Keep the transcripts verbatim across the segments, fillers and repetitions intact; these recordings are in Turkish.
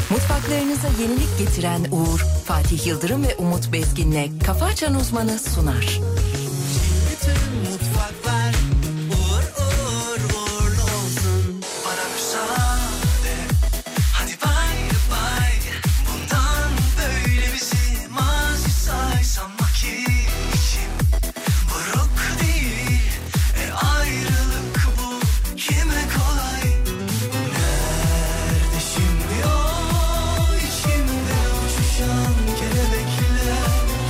Mutfaklarınıza yenilik getiren Uğur, Fatih Yıldırım ve Umut Bezgin'le Kafa Açan Uzmanı sunar. Bütün mutfaklar uğur uğur uğurlu olsun. Bana müsaade, hadi bay bay. Bundan böyle bizi mazi saysam vakit içim buruk değil. E ayrılık bu kime kolay? Nerede şimdi o içimde uçuşan kelebekler?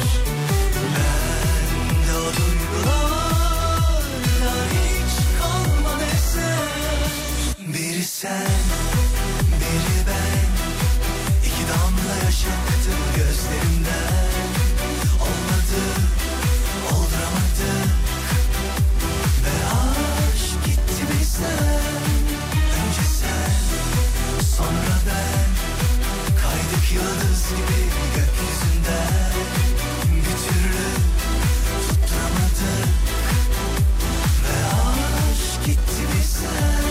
Bende o duygularla hiç kalmadı eser. Biri sen, biri ben. İki damla yaş aktı gözlerimden. Olmadı, olduramadık. Ve aşk gitti bizden. Önce sen, sonra ben. Kaydık yıldız gibi gökyüzünden. Bir türlü tutturamadık. Ve aşk gitti bizden.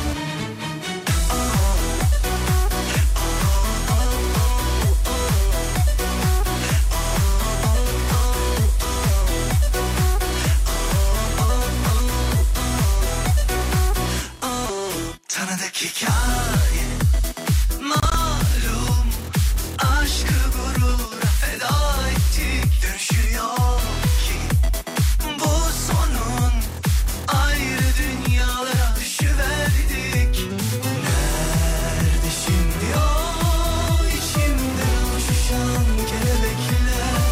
Tanıdık hikaye malum, aşkı gurura feda ettik. Dönüşü yok ki bu sonun, ayrı dünyalara düşüverdik. Nerede şimdi o içimde uçuşan kelebekler?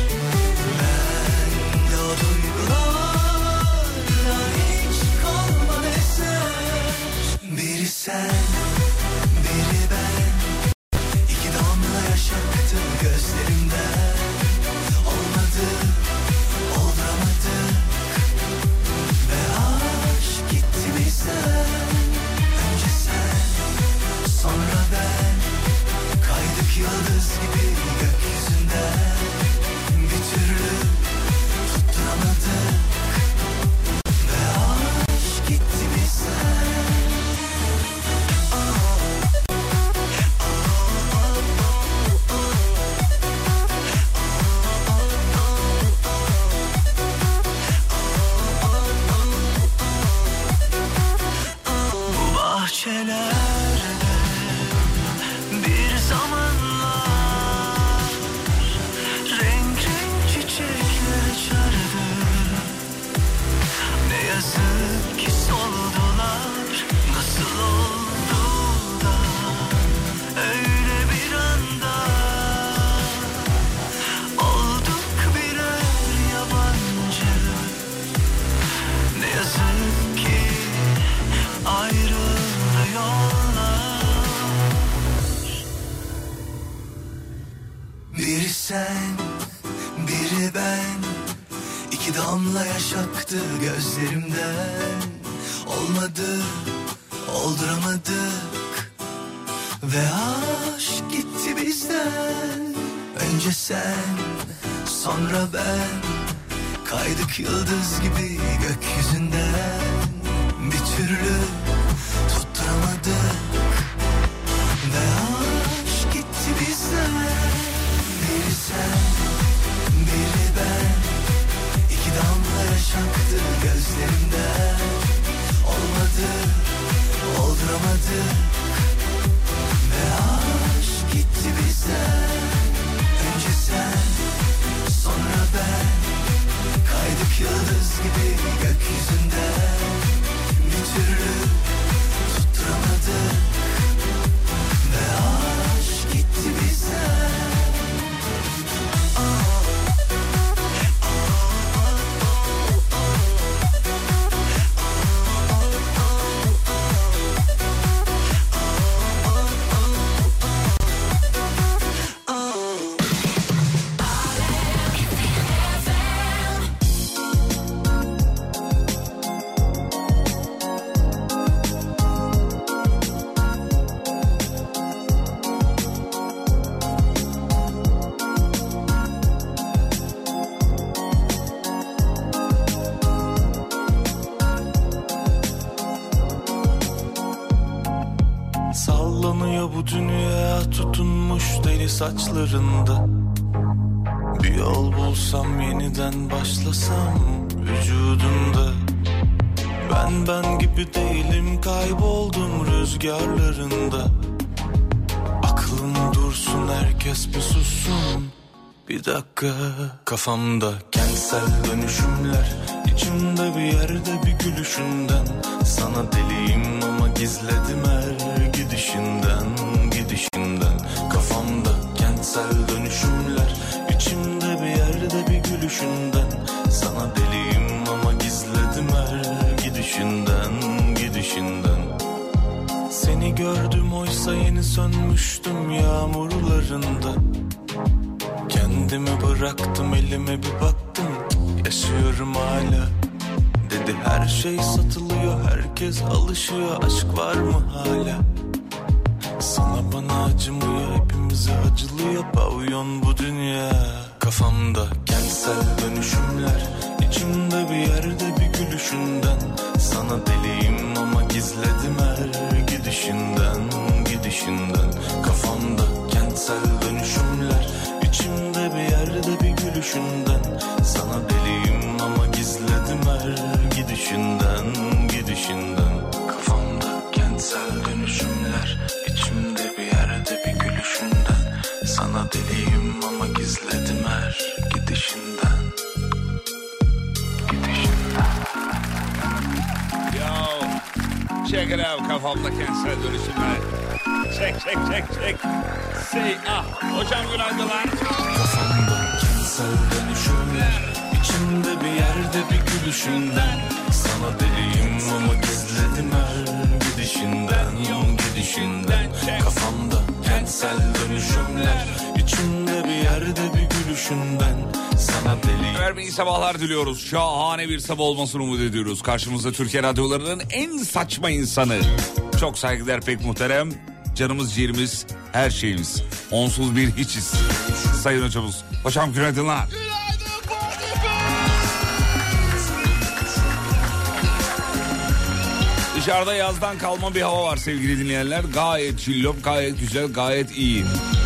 Bende o duygularla hiç kalmadı eser. Biri sen, biri ben. İki damla yaş aktı gözlerimden. Olmadı, olduramadık. Ve aşk gitti bizden. Önce sen, sonra ben. Kaydık yıldız gibi gökyüzünden. Bir türlü tutturamadık. Ve aşk gitti bizden. Bu bahçelerde bir zamanlar renk renk çiçekler açardı. Ne yazık ki soldular. Nasıl oldu da öyle bir anda olduk birer yabancı. Ne yazık ki ayrıldı yollar. Biri sen, biri ben. İki damla yaş aktı gözlerimden. Olmadı, olduramadık. Ve aşk gitti bizden. Önce sen, sonra ben. Kaydık yıldız gibi gökyüzünden. Bir türlü tutturamadık. Ve aşk gitti bizden. Biri sen, biri ben. İki damla yaş aktı gözlerimden. Olmadı, olduramadık. Ve aşk gitti bizden. Önce sen, sonra ben. Kaydık yıldız gibi gökyüzünden. Bir türlü tutturamadık. siyah tutunmuş deli saçlarında. Bir yol bulsam yeniden başlasam vücudunda. Ben ben gibi değilim, kayboldum rüzgarlarında. Aklım dursun, herkes bir sussun. Bir dakika. Kafamda kentsel dönüşümler, içimde bir yerde bir gülüşünden. Sana deliyim ama gizledim her gidişinden, gidişinden. Kafamda kentsel dönüşümler, içimde bir yerde bir gülüşünden. Sana deliyim ama gizledim her gidişinden, gidişinden. Seni gördüm oysa yeni sönmüştüm yağmurlarında. Kendimi bıraktım, elime bir baktım, yaşıyorum hala. Dedi her şey satılıyor, herkes alışıyor, aşk var mı hala? Sana bana acımıyor, hepimize acılıyor, pavyon bu dünya. Kafamda kentsel dönüşümler, içimde bir yerde bir gülüşünden. Sana deliyim ama gizledim her gidişinden, gidişinden. Kafamda kentsel dönüşümler, İçimde bir yerde bir gülüşünden. Sana deliyim ama gizledim her gidişinden, gidişinden. Kafamda kentsel dönüşümler, içimde bir yerde bir gülüşünden. Sana deliyim ama gizledim her gidişinden, gidişinden. Yo, check it out, kafamda kentsel dönüşümler. Çek çek çek çek. Say ah. Hocam günaydınlar. Kafamda kentsel dönüşümler, içimde bir yerde bir gülüşünden. Sana deliyim ama gizledim her gidişinden, gidişinden. Kafamda kentsel dönüşümler, içimde bir yerde bir gülüşünden. Sana deliyim. Efendim iyi sabahlar diliyoruz. Şahane bir sabah olmasını umut ediyoruz. Karşımızda Türkiye radyolarının en saçma insanı. Çok saygıdeğer, pek muhterem. Canımız, ciğerimiz, her şeyimiz. Onsuz bir hiçiz. Sayın hocamız. Hocam günaydınlar. Dışarıda yazdan kalma bir hava var sevgili dinleyenler. Gayet çillop, gayet güzel, gayet iyi.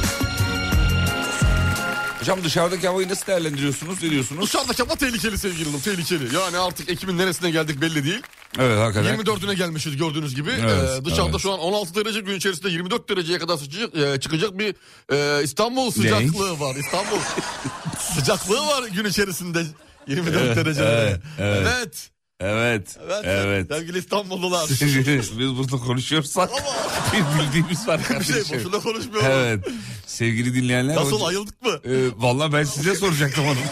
Hocam dışarıdaki havayı nasıl değerlendiriyorsunuz? Ne diyorsunuz? Dışarıdaki hava tehlikeli sevgili hanım, tehlikeli. Yani artık Ekim'in neresine geldik belli değil. Evet hakikaten. yirmi dördüne gelmişiz gördüğünüz gibi. Evet, ee, dışarıda evet. şu an on altı derece, gün içerisinde yirmi dört dereceye kadar sıcak, e, çıkacak bir e, İstanbul sıcaklığı var. İstanbul sıcaklığı var gün içerisinde yirmi dört Evet, derece. evet, evet. Evet. Evet. Evet. Evet. Sevgili İstanbullular. Biz burada konuşuyorsak bir bildiğimiz var Bir kardeşim. şey boşuna konuşmuyorum. Evet. Sevgili dinleyenler. Nasıl, hocam, ayıldık mı? E, vallahi ben size soracaktım onu.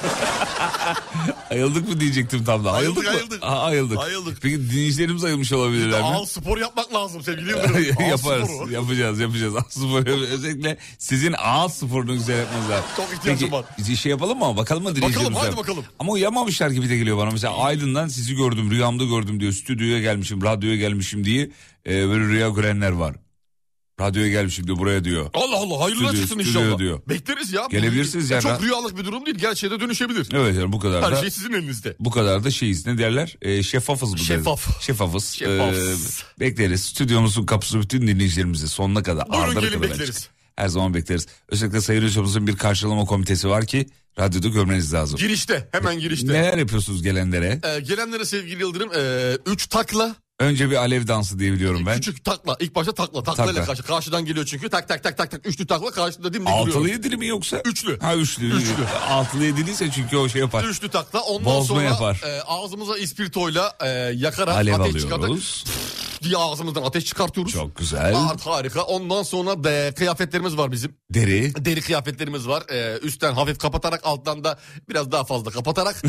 Ayıldık mı diyecektim tam da. Ayıldık, Ayıldık, mı? ayıldık. Aha, ayıldık. Ayıldık. Peki dinleyicilerimiz ayılmış olabilirler mi? Ağız spor yapmak lazım sevgili Yıldırım. Ağız Yaparız. sporu. Yapacağız, yapacağız. Ağız sporu. Özellikle sizin ağız sporunu güzel yapmanız lazım. Çok ihtiyacım Peki, var. Peki şey yapalım mı? Bakalım mı dinleyicilerimize? Bakalım, hadi bakalım. Ama uyanmamışlar gibi de geliyor bana. Mesela Aydın'dan sizi gördüm, rüyamda gördüm diyor. Stüdyoya gelmişim, radyoya gelmişim diye e, böyle rüya görenler var. Radyoya gelmişim diyor, buraya diyor. Allah Allah, hayırlı Stüdyo, çıksın stüdyo inşallah. diyor. Bekleriz ya. Gelebilirsiniz ya. yani. Çok rüyalık bir durum değil. Gerçeğe de dönüşebilir. Evet yani bu kadar Her da. şey sizin elinizde. Bu kadar da şeyiz, ne derler? E, şeffafız bu. Şeffaf. Deriz. Şeffafız. Şeffaf. E, bekleriz. Stüdyomuzun kapısı bütün dinleyicilerimize sonuna kadar. Buyurun ardına gelin, kadar bekleriz. açık. Her zaman bekleriz. Özellikle Sayın Hocamızın bir karşılama komitesi var ki radyoda görmeniz lazım. Girişte, hemen girişte. Neler yapıyorsunuz gelenlere? Ee, gelenlere sevgili Yıldırım, e, üç takla. Önce bir alev dansı diye biliyorum ben. Küçük takla. İlk başta takla. Takla ile Takla. karşı. Karşıdan geliyor çünkü. Tak tak tak tak tak. Üçlü takla, karşıda dimdik Altılı duruyor. yedili mi yoksa? Üçlü. Ha üçlü. Üçlü. Altılı yediliyse çünkü o şey yapar. Üçlü takla. Ondan Bozma sonra yapar. E, ağzımıza ispirtoyla e, yakarak Alev ateş çıkartarak alıyoruz. diye ağzımızdan ateş çıkartıyoruz. Çok güzel. Aa, harika. Ondan sonra de, kıyafetlerimiz var bizim. Deri. Deri kıyafetlerimiz var. Ee, üstten hafif kapatarak, alttan da biraz daha fazla kapatarak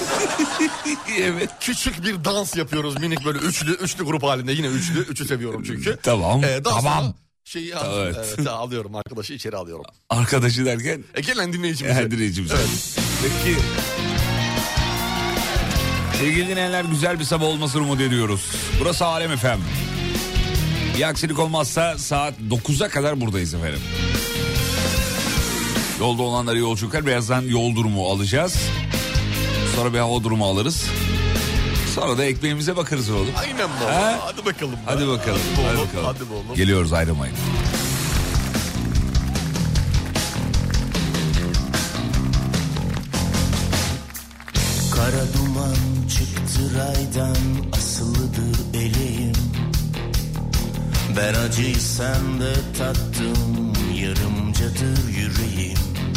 Evet. küçük bir dans yapıyoruz, minik böyle üçlü üçlü grup halinde, yine üçlü üçü seviyorum çünkü. Tamam. Ee, daha Tamam. sonra şeyi Evet. evet, alıyorum, arkadaşı içeri alıyorum. Arkadaşı derken? E, gelen dinleyicimize. E, dinleyicimize. Evet. Peki. Sevgili dinleyenler, güzel bir sabah olmasını umut ediyoruz. Burası Alem F M. Bir aksilik olmazsa saat dokuza kadar buradayız efendim. Yolda olanları yolculuklar, birazdan yol durumu alacağız. Sonra bir hava durumu alırız. Sonra da ekmeğimize bakarız oğlum. Aynen baba. Ha? Hadi bakalım. Hadi bakalım. Hadi, Hadi oğlum, bakalım. hadi oğlum. Geliyoruz, ayrılmayın. raydan asılıdır eleğim. Ben acıyı sende tattım, yarımcadır yüreğim.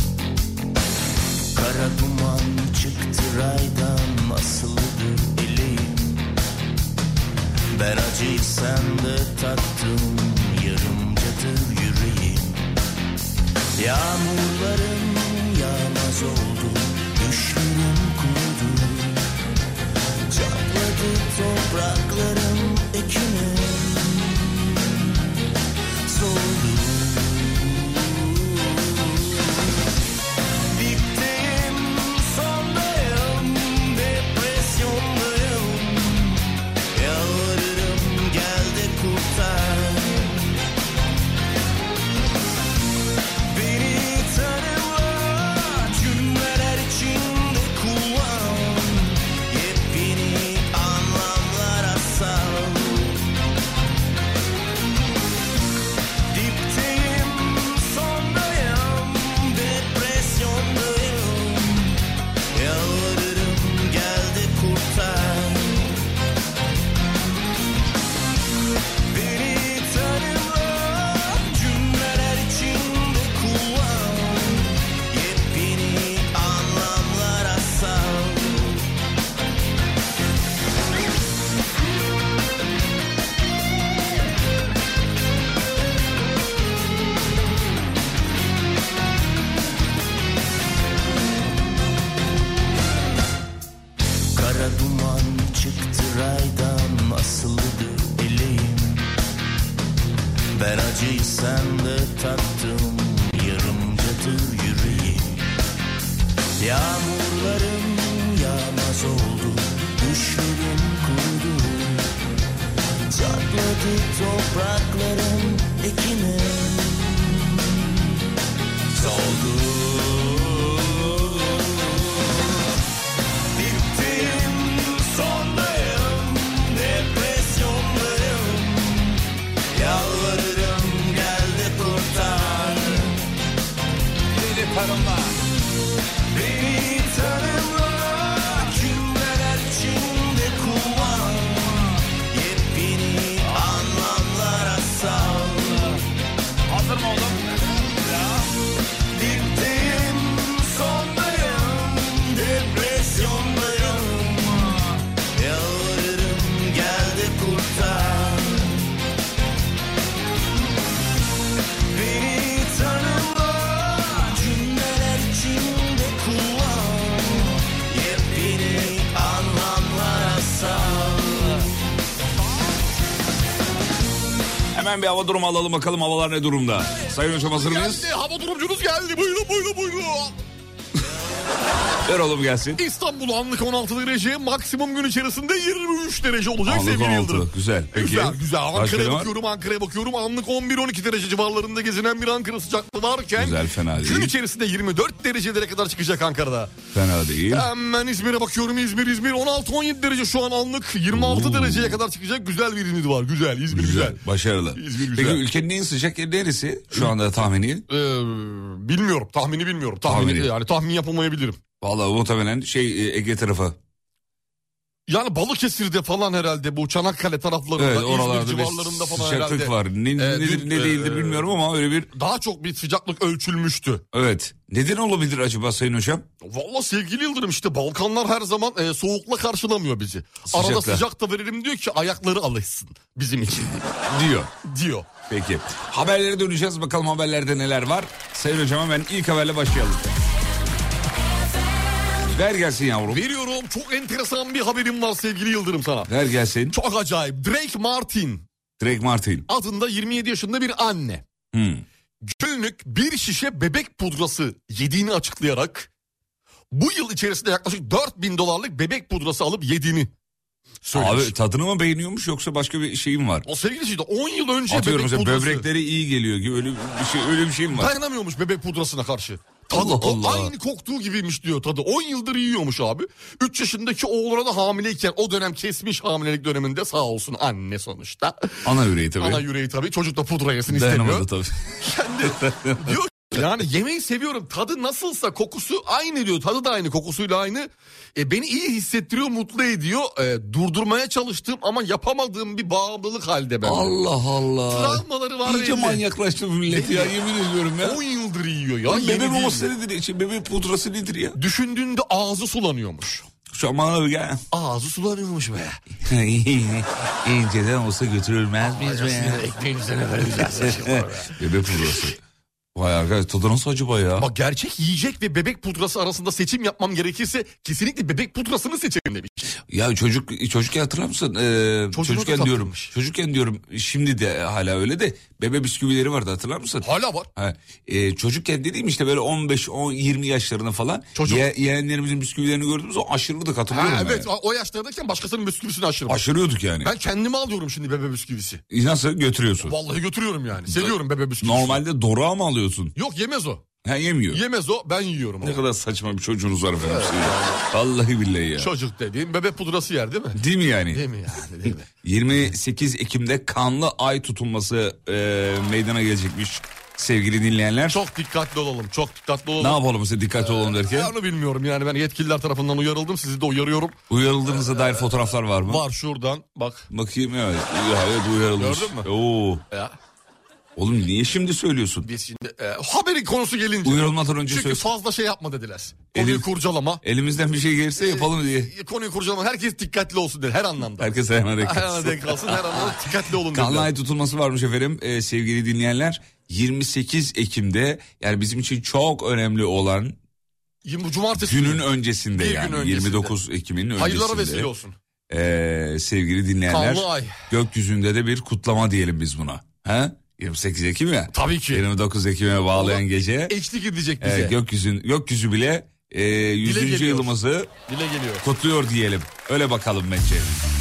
Kara duman çıktı raydan asılıdır eleğim. Ben acıyı sende tattım, yarımcadır yüreğim. Yağmurların yağmaz oldu, düşlerim kurudu. Çatladı toprakların ekini, soldu. Dipteyim, sondayım, depresyondayım. Yalvarırım, gel de kurtar. Beni tanıma, cümleler içinde kullan. Yepyeni anlamlar asal. Dipteyim, sondayım, depresyondayım. Yalvarırım, gel de kurtar. Beni tanıma, cümleler içinde kullan. Yepyeni anlamlar asal. Kara duman çıktı raydan asılıdır eleğim. Ben acıyı sende tattım, yarımcadır yüreğim. Yağmurların yağmaz oldu, düşlerim kurudu. Çatladı toprakların ekini, soldu. Dipteyim, sondayım, depresyondayım. Yalvarırım, gel de kurtar. Beni tanıma, beni tanıma, cümleler içinde kullan. Yepyeni anlamlar asal. Hazır mı oğlum? Dipteyim, sondayım, depresyondayım. Yalvarırım, gel de kurtar. Beni tanıma, cümleler içinde kullan. Yepyeni anlamlar asal. Hemen bir hava durumu alalım bakalım, havalar ne durumda? Sayın hocam hazır mıyız? Geldi, hava durumcunuz geldi. Buyurun buyurun buyurun. Ver oğlum gelsin. İstanbul anlık on altı derece, maksimum gün içerisinde yirmi üç derece olacak Anlık sevgili on altı, Yıldırım. güzel. Peki. Güzel güzel. Başka Ankara'ya ne var? bakıyorum, Ankara'ya bakıyorum. Anlık on bir on iki derece civarlarında gezinen bir Ankara sıcaklığı varken. Güzel, fena değil. Gün içerisinde yirmi dört derecelere kadar çıkacak Ankara'da. Fena değil. Hemen İzmir'e bakıyorum. İzmir İzmir on altı on yedi derece şu an anlık. yirmi altı Oo. dereceye kadar çıkacak güzel bir İzmir var. Güzel İzmir güzel. Güzel, başarılı. İzmir güzel. Peki ülkenin en sıcak yeri neresi şu anda tahmini? Ee, bilmiyorum, tahmini bilmiyorum. Tahmini, Tahmini. yani tahmin yapamayabilirim. Vallahi muhtemelen şey Ege tarafı. Yani Balıkesir'de falan herhalde, bu Çanakkale taraflarında, Evet, İzmir oralarda civarlarında bir falan sıcaklık herhalde. var. Ne, Ee, nedir dün, ne değildir e, bilmiyorum ama öyle bir... Daha çok bir sıcaklık ölçülmüştü. Evet. Neden olabilir acaba Sayın Hocam? Valla sevgili Yıldırım, işte Balkanlar her zaman e, soğukla karşılamıyor bizi. Sıcakla. Arada sıcak da verelim diyor ki ayakları alışsın bizim için Diyor. diyor. Peki. Haberlere döneceğiz. Bakalım haberlerde neler var. Sayın Hocam hemen ilk haberle başlayalım. Ver gelsin yavrum. Veriyorum, çok enteresan bir haberim var sevgili Yıldırım sana. Ver gelsin. Çok acayip. Drake Martin Drake Martin. adında yirmi yedi yaşında bir anne. Hmm. Günlük bir şişe bebek pudrası yediğini açıklayarak bu yıl içerisinde yaklaşık dört bin dolarlık bebek pudrası alıp yediğini söylemiş. Abi tadını mı beğeniyormuş yoksa başka bir şey mi var? O sevgili şeydi, on yıl önce Atıyorum bebek mesela pudrası. böbrekleri iyi geliyor gibi öyle bir şey, öyle bir şey mi var? Dayanamıyormuş bebek pudrasına karşı. Tadı Allah Allah. aynı koktuğu gibiymiş diyor tadı. on yıldır yiyormuş abi. üç yaşındaki oğluna da hamileyken, o dönem kesmiş hamilelik döneminde, sağ olsun anne sonuçta. Ana yüreği tabii. Ana yüreği tabii. Çocuk da pudra yesin istemiyor. Dayanamadı tabii. Kendi diyor Yani yemeği seviyorum. Tadı nasılsa kokusu aynı diyor. Tadı da aynı, kokusuyla aynı. E, beni iyi hissettiriyor, mutlu ediyor. E, durdurmaya çalıştığım ama yapamadığım bir bağımlılık halde ben. Allah Allah. Travmaları var. İyice manyaklaştı bu millet ya, yemin ediyorum ya. on yıldır yiyor ya. ya bebe maması nedir? Şey, bebe pudrası nedir ya? Düşündüğünde ağzı sulanıyormuş. Şu an bana gel. Ağzı sulanıyormuş be. İnceden olsa götürülmez miyiz be ya? Ekmeğin üzerine vereceğiz. Bebe pudrası. Vay arkadaş, tadı nasıl acaba ya? Bak, gerçek yiyecek ve bebek pudrası arasında seçim yapmam gerekirse kesinlikle bebek pudrasını seçerim demiş. Ya çocuk çocukken hatırlar mısın? Ee, çocukken diyorum. Çocukken diyorum. Şimdi de hala öyle de bebe bisküvileri vardı, hatırlar mısın? Hala var. Ha, e, çocukken dediğim işte böyle on beş on yirmi yaşlarında falan. Çocuk. Ye, yeğenlerimizin bisküvilerini gördüğümüz o aşırılık, hatırlıyorum. Ha, yani. evet, o yaşlardayken başkasının bisküvisini aşırıyorum. Aşırıyorduk yani. Ben kendime alıyorum şimdi bebe bisküvisi. Nasıl götürüyorsun? Vallahi götürüyorum yani. Seviyorum bebe bisküvisi. Normalde Dora mı alıyorsun? Yok, yemez o. Ha, yemiyor. Yemez o, ben yiyorum. Ne ama. kadar saçma bir çocuğunuz var efendim. Evet. Vallahi billahi ya. Çocuk dediğim bebe pudrası yer değil mi? Değil mi yani? Değil mi yani, değil mi? yirmi sekiz Ekim'de kanlı ay tutulması e, meydana gelecekmiş sevgili dinleyenler. Çok dikkatli olalım, çok dikkatli olalım. Ne yapalım mesela dikkatli olalım derken? Ben onu bilmiyorum yani, ben yetkililer tarafından uyarıldım, sizi de uyarıyorum. Uyarıldığınıza dair fotoğraflar var mı? Var şuradan bak. Bakayım, evet. Evet, uyarılmış. Gördün mü? Oo. Ya. Oğlum niye şimdi söylüyorsun? Biz şimdi e, haberin konusu gelince. Uyarılmadan önce Çünkü söyle. fazla şey yapma dediler. Konuyu Elim, kurcalama. Elimizden bir şey gelirse yapalım diye. E, konuyu kurcalama. Herkes dikkatli olsun dedi her anlamda. Herkes ayağına denk Her kalsın. anlamda denk kalsın, her anlamda dikkatli olun Kanlı dediler. ay tutulması varmış efendim ee, sevgili dinleyenler. yirmi sekiz Ekim'de, yani bizim için çok önemli olan Bu cumartesi günün günü. öncesinde, Bir yani gün öncesinde. yirmi dokuz Ekim'in öncesinde. Hayırlara vesile olsun. Ee, sevgili dinleyenler, Kanlı ay. gökyüzünde de bir kutlama diyelim biz buna. Ha? yirmi sekiz Ekim ya. Tabii ki. yirmi dokuz Ekim'e bağlayan Allah gece. eşlik edecek bize. E, gökyüzün, gökyüzü bile e, yüzüncü geliyor. yılımızı Dile geliyor. kutluyor diyelim. Öyle bakalım bence.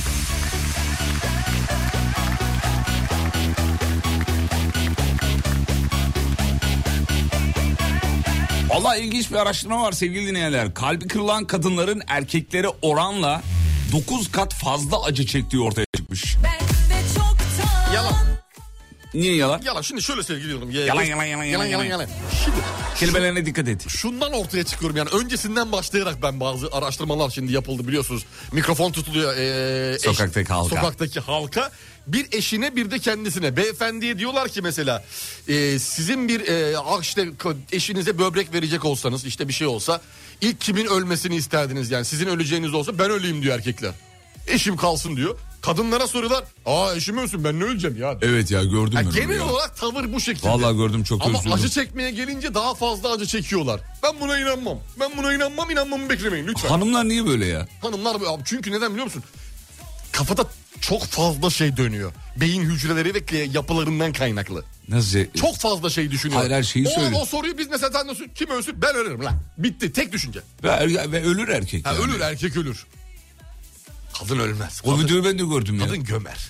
Vallahi ilginç bir araştırma var sevgili dinleyenler. Kalbi kırılan kadınların erkeklere oranla dokuz kat fazla acı çektiği ortaya çıkmış. Yalan. Niye yalan? Yalan. Şimdi şöyle sevgili diyorum. Yalan, yalan, yalan, yalan, yalan, yalan. Şimdi Kelimelerine dikkat et. şundan ortaya çıkıyorum yani, öncesinden başlayarak ben bazı araştırmalar şimdi yapıldı biliyorsunuz. Mikrofon tutuluyor. E, Sokaktaki eş, halka. Sokaktaki halka. Bir eşine bir de kendisine. Beyefendiye diyorlar ki mesela e, sizin bir e, işte eşinize böbrek verecek olsanız, işte bir şey olsa ilk kimin ölmesini isterdiniz yani, sizin öleceğiniz olsa ben öleyim diyor erkekler. Eşim kalsın diyor. Kadınlara soruyorlar. Aa, eşim ölsün, ben ne öleceğim ya. Evet ya, gördüm Yani ben genel onu ya. olarak tavır bu şekilde. Vallahi gördüm, çok Ama üzüldüm. acı çekmeye gelince daha fazla acı çekiyorlar. Ben buna inanmam. Ben buna inanmam, inanmamı beklemeyin lütfen. Hanımlar niye böyle ya? Hanımlar abi, çünkü neden biliyor musun? Kafada çok fazla şey dönüyor. Beyin hücreleri ve yapılarından kaynaklı. Nasıl? Çok fazla şey düşünüyor. Hayır, her şeyi o, söyle. O soruyu biz mesela sen nasıl, kim ölsün, ben ölürüm lan. Bitti, tek düşünce. Ve, er- ve ölür erkek. Ha, yani. ölür, erkek ölür. Kadın ölmez. O Kadın, videoyu ben de gördüm ya. kadın gömer.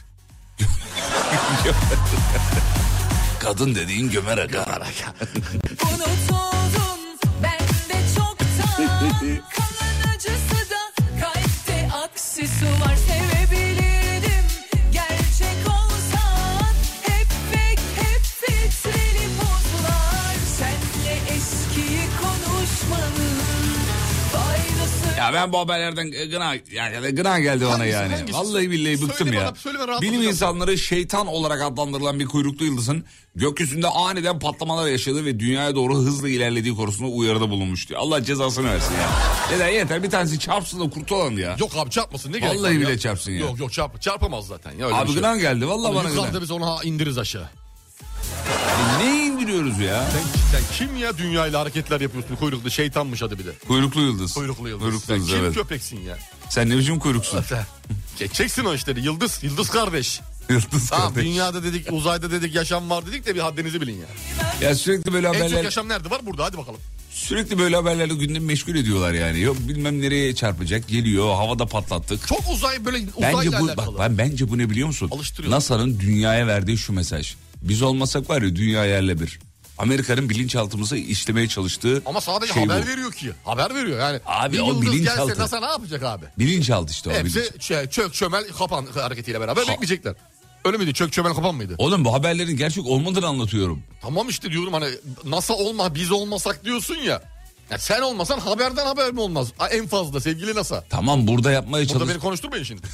Kadın dediğin gömer aga. Unutuldum ben de çoktan, kalan acısı da kalpte aksisi var. Sevebilirdim gerçek olsan, hep fake hep filtreli pozlar. Senle eskiyi konuşmanın faydası. Ya ben bu haberlerden gına, yani gına geldi bana Hangisi, yani. hangisi? Vallahi billahi Söyle bıktım bana, ya. söyle ben Bilim rahatlatacağım. insanları şeytan olarak adlandırılan bir kuyruklu yıldızın gökyüzünde aniden patlamalar yaşadığı ve dünyaya doğru hızla ilerlediği konusunda uyarıda bulunmuş diyor. Allah cezasını versin ya. Neden, yeter bir tanesi çarpsın da kurtulalım ya. Yok abi, çarpmasın, ne gerek var Vallahi ya? bile çarpsın ya. Yok yok, çarp, çarpamaz zaten ya, öyle Abi bir şey. gına geldi vallahi bana Yukarıda gına. biz onu ha- indiririz aşağı. Ne indiriyoruz ya? Sen, sen kim ya, dünyayla hareketler yapıyorsun, kuyruklu şeytanmış hadi bir de. Kuyruklu yıldız. Kuyruklu yıldız. Kuyruklu Sen yıldız, kim evet. köpeksin ya? Sen ne biçim kuyruksun? Sen geçeceksin o işleri, yıldız, yıldız kardeş. Yıldız Tamam, kardeş. dünyada dedik, uzayda dedik, yaşam var dedik de bir haddinizi bilin ya. Ya sürekli böyle En çok haberler, yaşam nerede var? Burada, hadi bakalım. sürekli böyle haberlerle gündemi meşgul ediyorlar yani. Yok bilmem nereye çarpacak, geliyor, havada patlattık. Çok uzay, böyle uzayla Bence bu, alakalı. bak ben bence bu ne biliyor musun? Alıştırıyor. NASA'nın dünyaya verdiği şu mesaj. Biz olmasak var ya, dünya yerle bir. Amerika'nın bilinçaltımızı işlemeye çalıştığı Ama sadece şey haber bu. veriyor ki. Haber veriyor yani. Abi bir o yıldız bilinçaltı. gelse NASA ne yapacak abi? Bilinçaltı işte o. Hepsi bilinç. şey, çök çömel kapan hareketiyle beraber bekleyecekler. Öyle miydi? Çök çömel kapan mıydı? Oğlum bu haberlerin gerçek olmadığını anlatıyorum. Tamam işte diyorum hani NASA olma biz olmasak diyorsun ya. Ya sen olmasan haberden haber mi olmaz? En fazla sevgili NASA. Tamam burada yapmaya çalış... Burada beni konuşturmayın şimdi.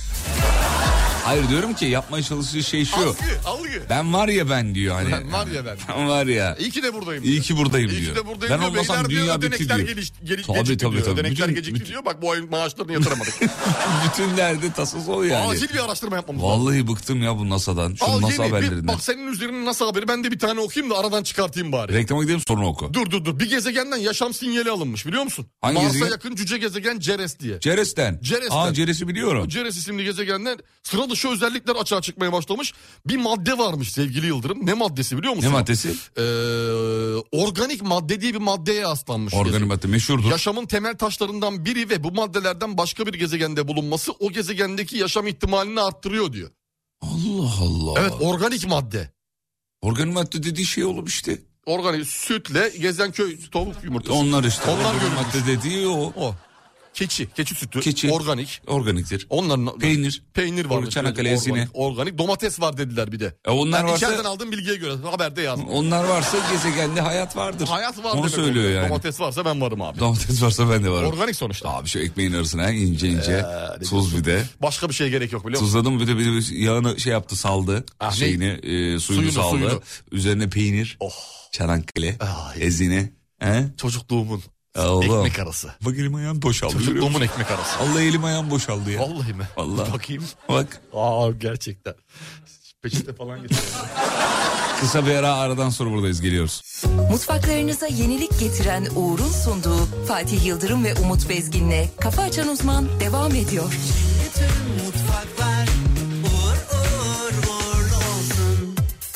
Hayır diyorum ki yapmaya çalıştığı şey şu. Algı, algı. Ben var ya ben diyor hani. Ben var ya ben. Ben var ya. İyi ki de buradayım İyi diyor. ki buradayım İyi diyor. ki de buradayım Ben diyor. olmasam Beyler diyor, dünya bitti ödenekler diyor. geliş, geri, Tabii, gecikti tabii, diyor. tabii. Ödenekler Bütün- gecikti bütün- diyor. Bak bu ayın maaşlarını yatıramadık. Bütün derdi tasası o yani. Acil bir araştırma yapmamız lazım. Vallahi bıktım ya bu NASA'dan. Şu Al NASA yeni bir, haberlerinden. bak senin üzerine NASA haberi ben de bir tane okuyayım da aradan çıkartayım bari. Reklama gidelim sonra oku. Dur dur dur bir gezegenden yaşam sinyali alınmış biliyor musun? Hangi Mars'a gezegen? yakın cüce gezegen Ceres diye. Ceres'ten. Ceres'ten. Aa Ceres'i biliyorum. Ceres isimli gezegenden sıra dışı özellikler açığa çıkmaya başlamış. Bir madde varmış sevgili Yıldırım. Ne maddesi biliyor musun? Ne maddesi? Ee, organik madde diye bir maddeye rastlanmış. Organik gezegen. madde meşhurdur. Yaşamın temel taşlarından biri ve bu maddelerden başka bir gezegende bulunması o gezegendeki yaşam ihtimalini arttırıyor diyor. Allah Allah. Evet organik madde. Organik madde dediği şey oğlum işte. Organik sütle Gezenköy tavuk yumurtası. Onlar işte. Onlar Organik görülmüş. madde dediği o. O. Keçi, keçi sütü, Keçi. organik. Organiktir. Onların Peynir. peynir var. Çanakkale organik, ezine. organik. Domates var dediler bir de. E onlar Ben varsa içeriden aldığım bilgiye göre haberde yazdım. onlar varsa gezegende hayat vardır. Hayat var Onu demek söylüyor oluyor. yani. Domates varsa ben varım abi. Domates varsa ben de varım. Organik sonuçta. Abi şu ekmeğin arasına ince ince Ee, tuz bir de. Başka bir şeye gerek yok biliyor musun? Tuzladım bir de, bir de yağını şey yaptı saldı. Ah, ne? şeyini e, suyunu, Suyunu, saldı. suyunu. Üzerine peynir. Oh. Çanakkale. Ay. Ezine. He? Çocukluğumun Allah. ekmek arası. Bak elim ayağım boşaldı. görüyor musun? Çocukluğumun ekmek arası. Allah elim ayağım boşaldı ya. Vallahi mi? Vallahi. Bakayım. Bak Aa gerçekten. Peçete falan getir. kısa bir ara aradan sonra buradayız geliyoruz. Mutfaklarınıza yenilik getiren Uğur'un sunduğu Fatih Yıldırım ve Umut Bezgin'le Kafa Açan Uzman devam ediyor. Bütün mutfaklar uğur uğur uğurlu olsun.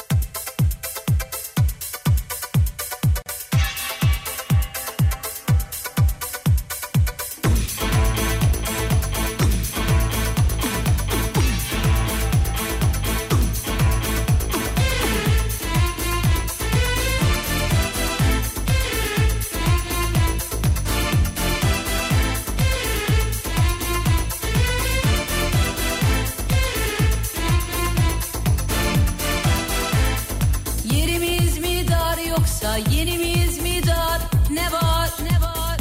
Yerimiz mi dar yoksa yenimiz mi dar? Ne var ne var?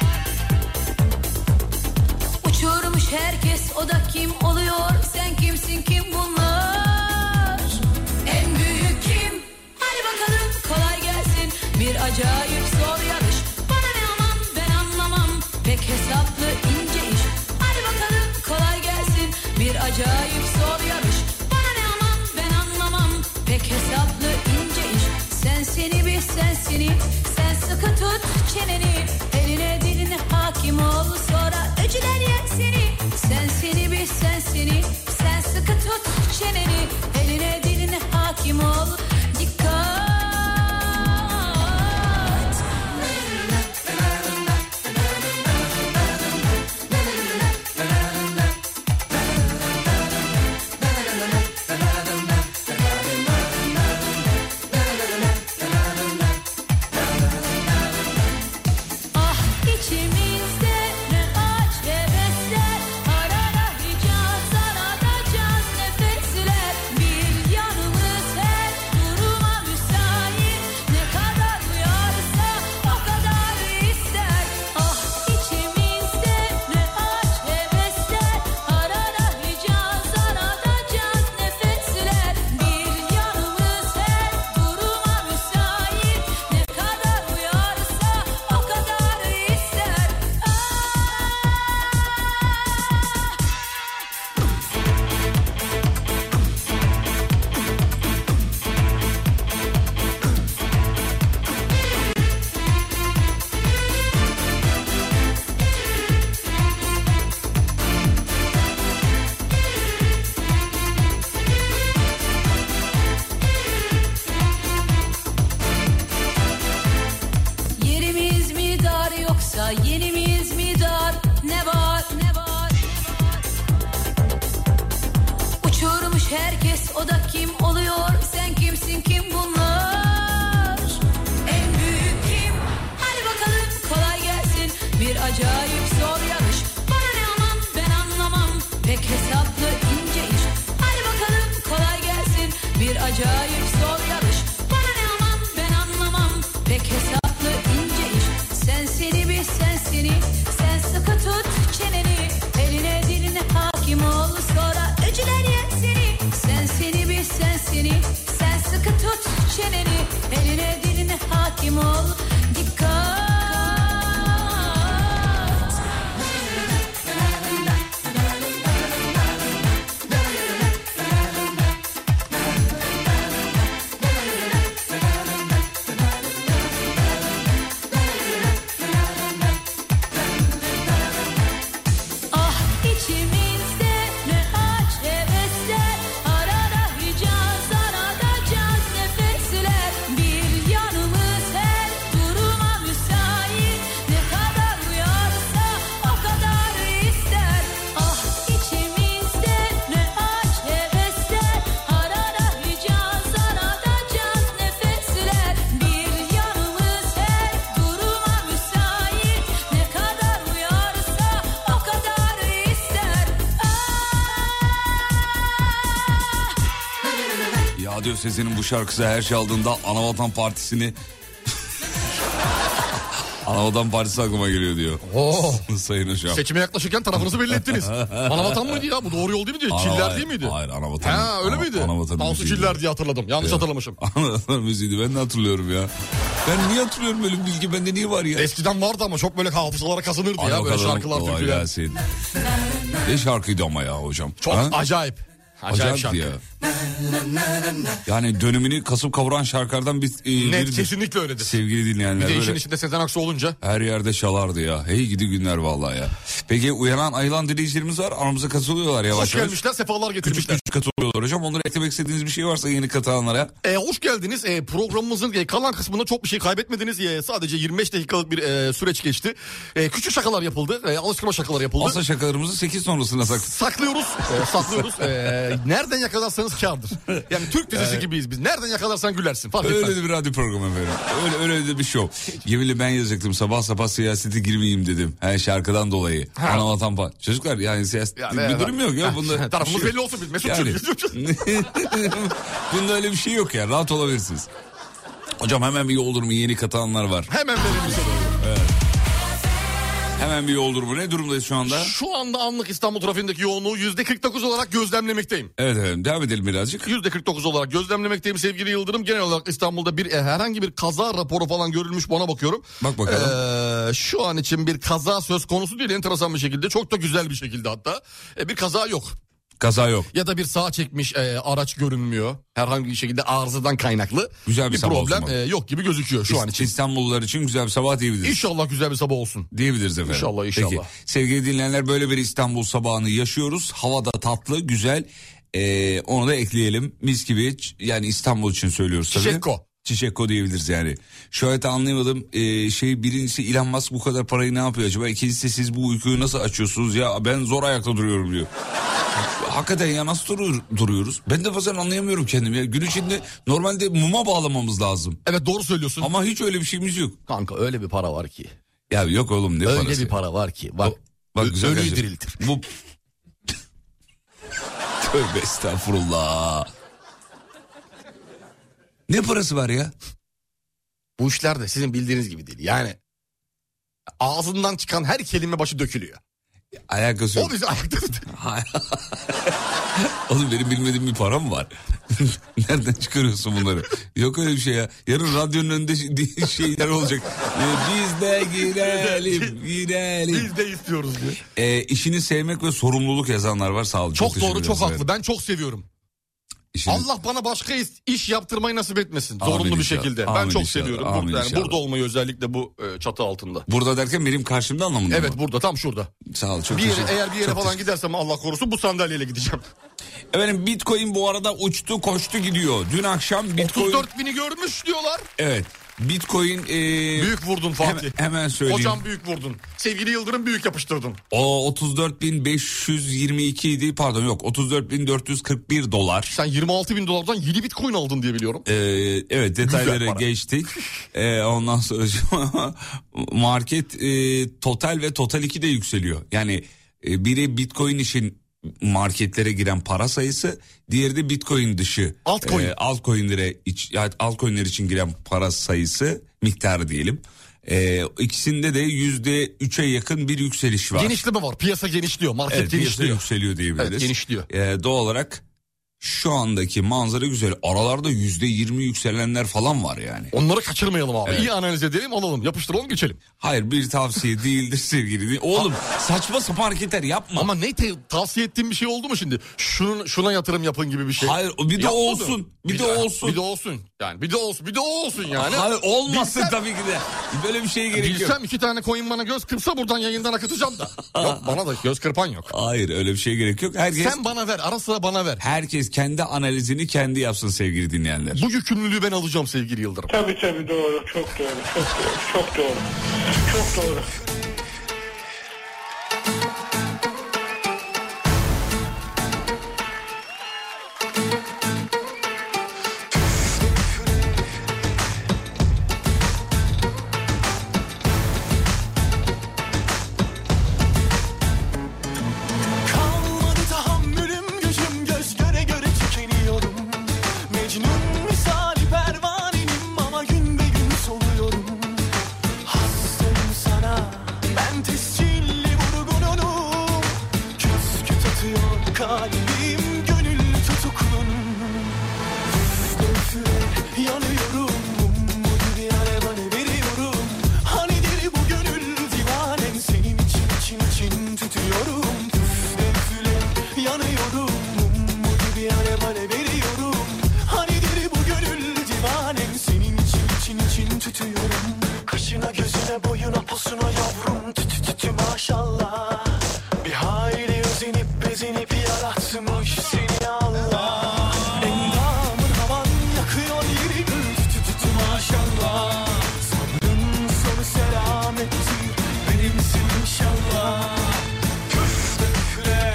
Uçurmuş herkes o da kim oluyor? Sen kimsin kim bunlar? En büyük kim? Hadi bakalım kolay gelsin. Bir acayip zor yarış. Bana ne aman ben anlamam. Pek hesaplı ince iş. Hadi bakalım kolay gelsin. Bir acayip zor yarış. Bana ne aman ben anlamam. Pek hesaplı ince iş. Sen seni bir sen seni. Sen sıkı tut çeneni. Eline diline hakim ol. Sonra öcüler yer seni. Sen seni bir sen seni. Sen sıkı tut çeneni. Eline diline hakim ol. Dikkat. acayip zor yarış. Bana ne aman ben anlamam pek hesaplı ince iş. Sen seni bil sen seni, sen sıkı tut çeneni. Eline diline hakim ol sonra öcüler yer seni. Sen seni bil sen seni, sen sıkı tut çeneni. Eline diline hakim ol dikkat. Radyo Sesi'nin bu şarkısı her şey aldığında Anavatan Partisi'ni Anavatan Partisi aklıma geliyor diyor. Oo. Sayın hocam. Seçime yaklaşırken tarafınızı belli ettiniz. Anavatan mıydı ya? Bu doğru yol değil mi diyor? Çiller hayır, değil miydi? Hayır Anavatan. Ha öyle miydi? Tansu Çiller diye hatırladım. Yanlış ya. hatırlamışım. Anavatan müziğiydi, ben de hatırlıyorum ya. Ben niye hatırlıyorum, böyle bir bilgi bende niye var ya? Eskiden vardı ama çok böyle hafızalara kazanırdı ya böyle şarkılar, türküler. Ne şarkıydı ama ya hocam. Çok ha? acayip. Acayip şarkı. Ya. Yani dönemini kasıp kavuran şarkılardan bir... E, Net bir kesinlikle öyledir. Sevgili dinleyenler. Bir de işin böyle içinde Sezen Aksu olunca. her yerde çalardı ya. Hey gidi günler vallahi ya. Peki uyanan ayılan dinleyicilerimiz var. Aramıza katılıyorlar yavaş Hoş yavaş. gelmişler, sefalar Küçük getirmişler. küçük katılıyorlar hocam. Onlara eklemek istediğiniz bir şey varsa yeni katılanlara. E, hoş geldiniz. E, programımızın e, kalan kısmında çok bir şey kaybetmediniz. E, sadece yirmi beş dakikalık bir e, süreç geçti. E, küçük şakalar yapıldı. E, alıştırma şakaları yapıldı. Asla şakalarımızı sekiz sonrasına sak. Saklıyoruz. E, saklıyoruz. E, nereden yakalarsanız kârdır. Yani Türk dizisi Evet. gibiyiz biz. Nereden yakalarsan gülersin. Fark Öyle etmez. de bir radyo programı efendim. Öyle, öyle de bir şov. Yeminle ben yazacaktım, sabah sabah siyasete girmeyeyim dedim. Her şarkıdan dolayı. Ha. Anavatan pa. Çocuklar yani siyaset Yani bir evet. durum yok ya. Ha, Bunda tarafımız şey- belli olsun biz. Mesut Yani. Çocuk. Bunda öyle bir şey yok ya. Rahat olabilirsiniz. Hocam hemen bir yol durumu, yeni katılanlar var. Hemen verelim bize. Hemen bir yol durumu. Ne durumdayız şu anda? Şu anda anlık İstanbul trafiğindeki yoğunluğu yüzde kırk dokuz olarak gözlemlemekteyim. Evet efendim, devam edelim birazcık. yüzde kırk dokuz olarak gözlemlemekteyim sevgili Yıldırım. Genel olarak İstanbul'da bir e, herhangi bir kaza raporu falan görülmüş, bana bakıyorum. Bak bakalım. Ee, şu an için bir kaza söz konusu değil, enteresan bir şekilde. Çok da güzel bir şekilde hatta. E, bir kaza yok. Kaza yok. Ya da bir sağa çekmiş e, araç görünmüyor. Herhangi bir şekilde arızadan kaynaklı. Güzel bir bir sabah problem olsun e, yok gibi gözüküyor şu an için. İstanbullular için güzel bir sabah diyebiliriz. İnşallah güzel bir sabah olsun. Diyebiliriz efendim. İnşallah, inşallah. Peki sevgili dinleyenler, böyle bir İstanbul sabahını yaşıyoruz. Hava da tatlı, güzel. Ee, onu da ekleyelim. Mis gibi, yani İstanbul için söylüyoruz tabii. Çiçekko. Çiçekko diyebiliriz yani. Şöyle anlayamadım. Ee, şey birincisi, Elon Musk bu kadar parayı ne yapıyor acaba? İkincisi, siz bu uykuyu nasıl açıyorsunuz ya? Ben zor ayakta duruyorum diyor. Hakikaten ya, nasıl durur, duruyoruz? Ben de bazen anlayamıyorum kendimi ya. Gün içinde normalde muma bağlamamız lazım. Evet, doğru söylüyorsun. Ama hiç öyle bir şeyimiz yok. Kanka öyle bir para var ki. Ya yok oğlum, ne öyle parası? bir para var ki. Bak, Bak ö- güzel ölüyü kardeşim. diriltir. Bu... Tövbe estağfurullah. Ne parası var ya? Bu işler de sizin bildiğiniz gibi değil. Yani ağzından çıkan her kelime başı dökülüyor. Alakası yok. O bizi ayakta tutuyor. Oğlum benim bilmediğim bir para mı var? Nereden çıkarıyorsun bunları? Yok öyle bir şey ya. Yarın radyonun önünde şey- şeyler olacak. Ee, biz de girelim, girelim. Biz de istiyoruz diyor. Ee, işini sevmek ve sorumluluk yazanlar var, sağ olun. Çok, teşekkür doğru, çok ederiz. haklı. Ben çok seviyorum. İşini... Allah bana başka iş, iş yaptırmayı nasip etmesin. Amin Zorunlu bir inşallah. şekilde. Amin ben çok inşallah. seviyorum. Amin Burada, yani inşallah. burada olmayı, özellikle bu e, çatı altında. Burada derken benim karşımda anlamında Evet, mı? burada, tam şurada. Sağ ol, çok Bir yere, teşekkür- eğer bir yere çok falan teşekkür- gidersem Allah korusun bu sandalyeyle gideceğim. Efendim Bitcoin bu arada uçtu koştu gidiyor. Dün akşam Bitcoin... otuz dört bini görmüş diyorlar. Evet. Bitcoin... E... Büyük vurdun Fatih. Hemen, hemen söyleyeyim. Hocam büyük vurdun. Sevgili Yıldırım büyük yapıştırdın. O otuz dört bin beş yüz yirmi iki idi, pardon yok otuz dört bin dört yüz kırk bir dolar. Sen yirmi altı bin dolardan yedi bitcoin aldın diye biliyorum. Ee, evet, detayları Güzel para. geçtik. Ee, ondan sonra market e, total ve total iki de yükseliyor. Yani e, biri Bitcoin için marketlere giren para sayısı, diğeri de Bitcoin dışı. Altcoin. E, altcoin'lere iç, yani altcoin'ler için giren para sayısı, miktarı diyelim. E, ikisinde de yüzde üçe yakın bir yükseliş var. Genişleme var. Piyasa genişliyor. Market Evet, piyasa genişliyor. yükseliyor diyebiliriz. Evet, genişliyor. E, doğal olarak şu andaki manzara güzel. Aralarda yüzde yirmi yükselenler falan var yani. Onları kaçırmayalım abi. Evet. İyi analiz edelim, alalım. Yapıştıralım, geçelim. Hayır, bir tavsiye değildir sevgili değil. Oğlum saçma sapan hareketler yapma. Ama ne te- tavsiye ettiğim bir şey oldu mu şimdi? Şunun, şuna yatırım yapın gibi bir şey. Hayır, o bir de Yapmadım. olsun. Bir de olsun. Bir de olsun. Yani bir de olsun. Bir de olsun yani. Hayır, olmasın Bilsem- tabii ki de. Böyle bir şeye gerek yok. Bilsem iki tane coin bana göz kırpsa buradan yayından akıtacağım da. Yok, bana da göz kırpan yok. Hayır, öyle bir şeye gerek yok. Herkes Sen bana ver, ara sıra bana ver. herkes kendi analizini kendi yapsın sevgili dinleyenler. Bu yükümlülüğü ben alacağım sevgili Yıldırım. Tabii tabii doğru. Çok doğru. Çok doğru. Çok doğru. Çok doğru. Kalmadı tahammülüm, gücüm, göz göre göre tükeniyorum. Mecnun misali pervanenim ama gün be gün soluyorum. Hastayım sana, ben tescilli vurgununum. Küt küt atıyor kalbim, gönül tutuklum. Üfle üfle yanıyorum, mum gibi alev alev veriyorum. Hanidir bu gönül divanem, senin için için için tutuyorum. Üfle üfle yanıyorum, mum gibi alev alev veriyorum. Hanidir bu gönül divanem, senin için için için tutuyorum. Kaşına gözüne boyuna posuna yavrum, tütü tütü maşallah. Bir hayli özenip bezenip yaratmış seni Allah. Endamın havan yakıyor yerimi, tütü tütü maşallah. Sabrın sonu selamettir, benimsin inşallah. Üfle üfle.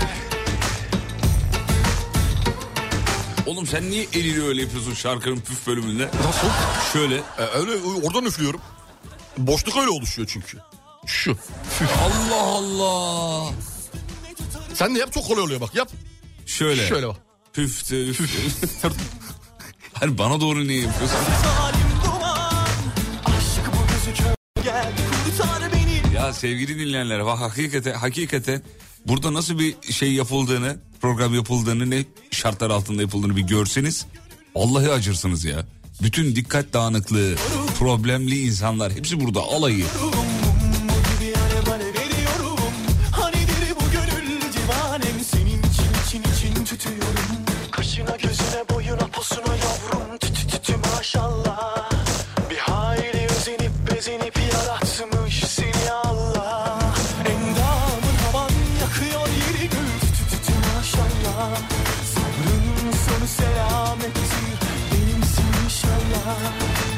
Oğlum sen niye elini öyle yapıyorsun şarkının püf bölümünde? Nasıl? Şöyle. Ee, öyle oradan üflüyorum. Boşluk öyle oluşuyor çünkü. Şu. Allah Allah. Sen de yap, çok kolay oluyor bak, yap. Şöyle. Şöyle bak. Püftü. Üf. Hayır, bana doğru niye yapıyorsun? Zalim duman, aşk bu gözü kör geldi, kurtar beni. Ya sevgili dinleyenler, bak hakikaten, hakikaten burada nasıl bir şey yapıldığını, program yapıldığını, ne şartlar altında yapıldığını bir görseniz vallahi acırsınız ya. Bütün dikkat dağınıklığı, problemli insanlar hepsi burada, alayı. Mummu gibi alev alev veriyorum. Hanidir bu gönül divanem, senin için için için tutuyorum. Kaşına gözüne boyuna posuna yavrum, tütü tütü maşallah. Bir hayli özenip bezenip yaratmış seni Allah. Endamın havan yakıyor yerimi, tütü tütü maşallah. Sabrın sonu selamettir, benimsin inşallah.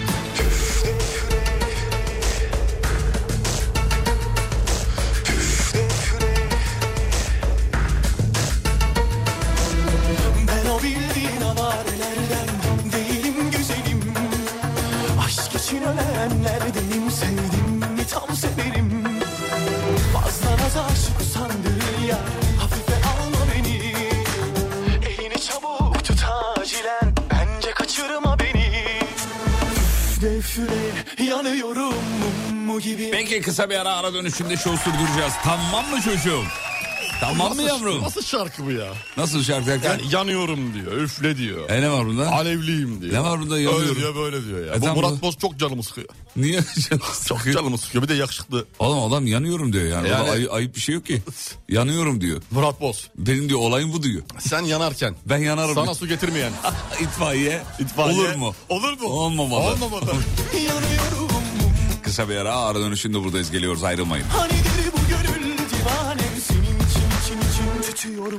Ben o bildiğin avarelerden değilim güzelim. Aşk için ölenlerdenim, sevdim tam severim. Fazla naz aşık usandırır ya, hafife alma beni. Elini çabuk tut acilen, bence kaçırma beni. Üfle üfle yanıyorum, mummu gibi. Peki, kısa bir ara ara dönüşünde şov sürdüreceğiz. Tamam mı çocuğum? Tamam mı yavrum? Nasıl şarkı bu ya? Nasıl şarkı derken? Yani yanıyorum diyor, üfle diyor. E ne var bunda? Alevliyim diyor. Ne var bunda, yanıyorum? Öyle diyor, böyle diyor ya. E bu tamam, Murat bu- Boz çok canımı sıkıyor. Niye? Çok canımı sıkıyor. Bir de yakışıklı. Oğlum adam yanıyorum diyor yani. Yani- Orada ay- ayıp bir şey yok ki. Yanıyorum diyor. Murat Boz. Benim diyor olayım bu diyor. Sen yanarken. Ben yanarım. Sana su getirmeyen. İtfaiye. İtfaiye. Olur mu? Olur mu? Olmamalı. Olmamalı. Yanıyorum, Kısa bir ara ara dönüşünde buradayız, geliyoruz, ayrılmayın. hanidir bu gönül divanem, senin için için için tutuyorum.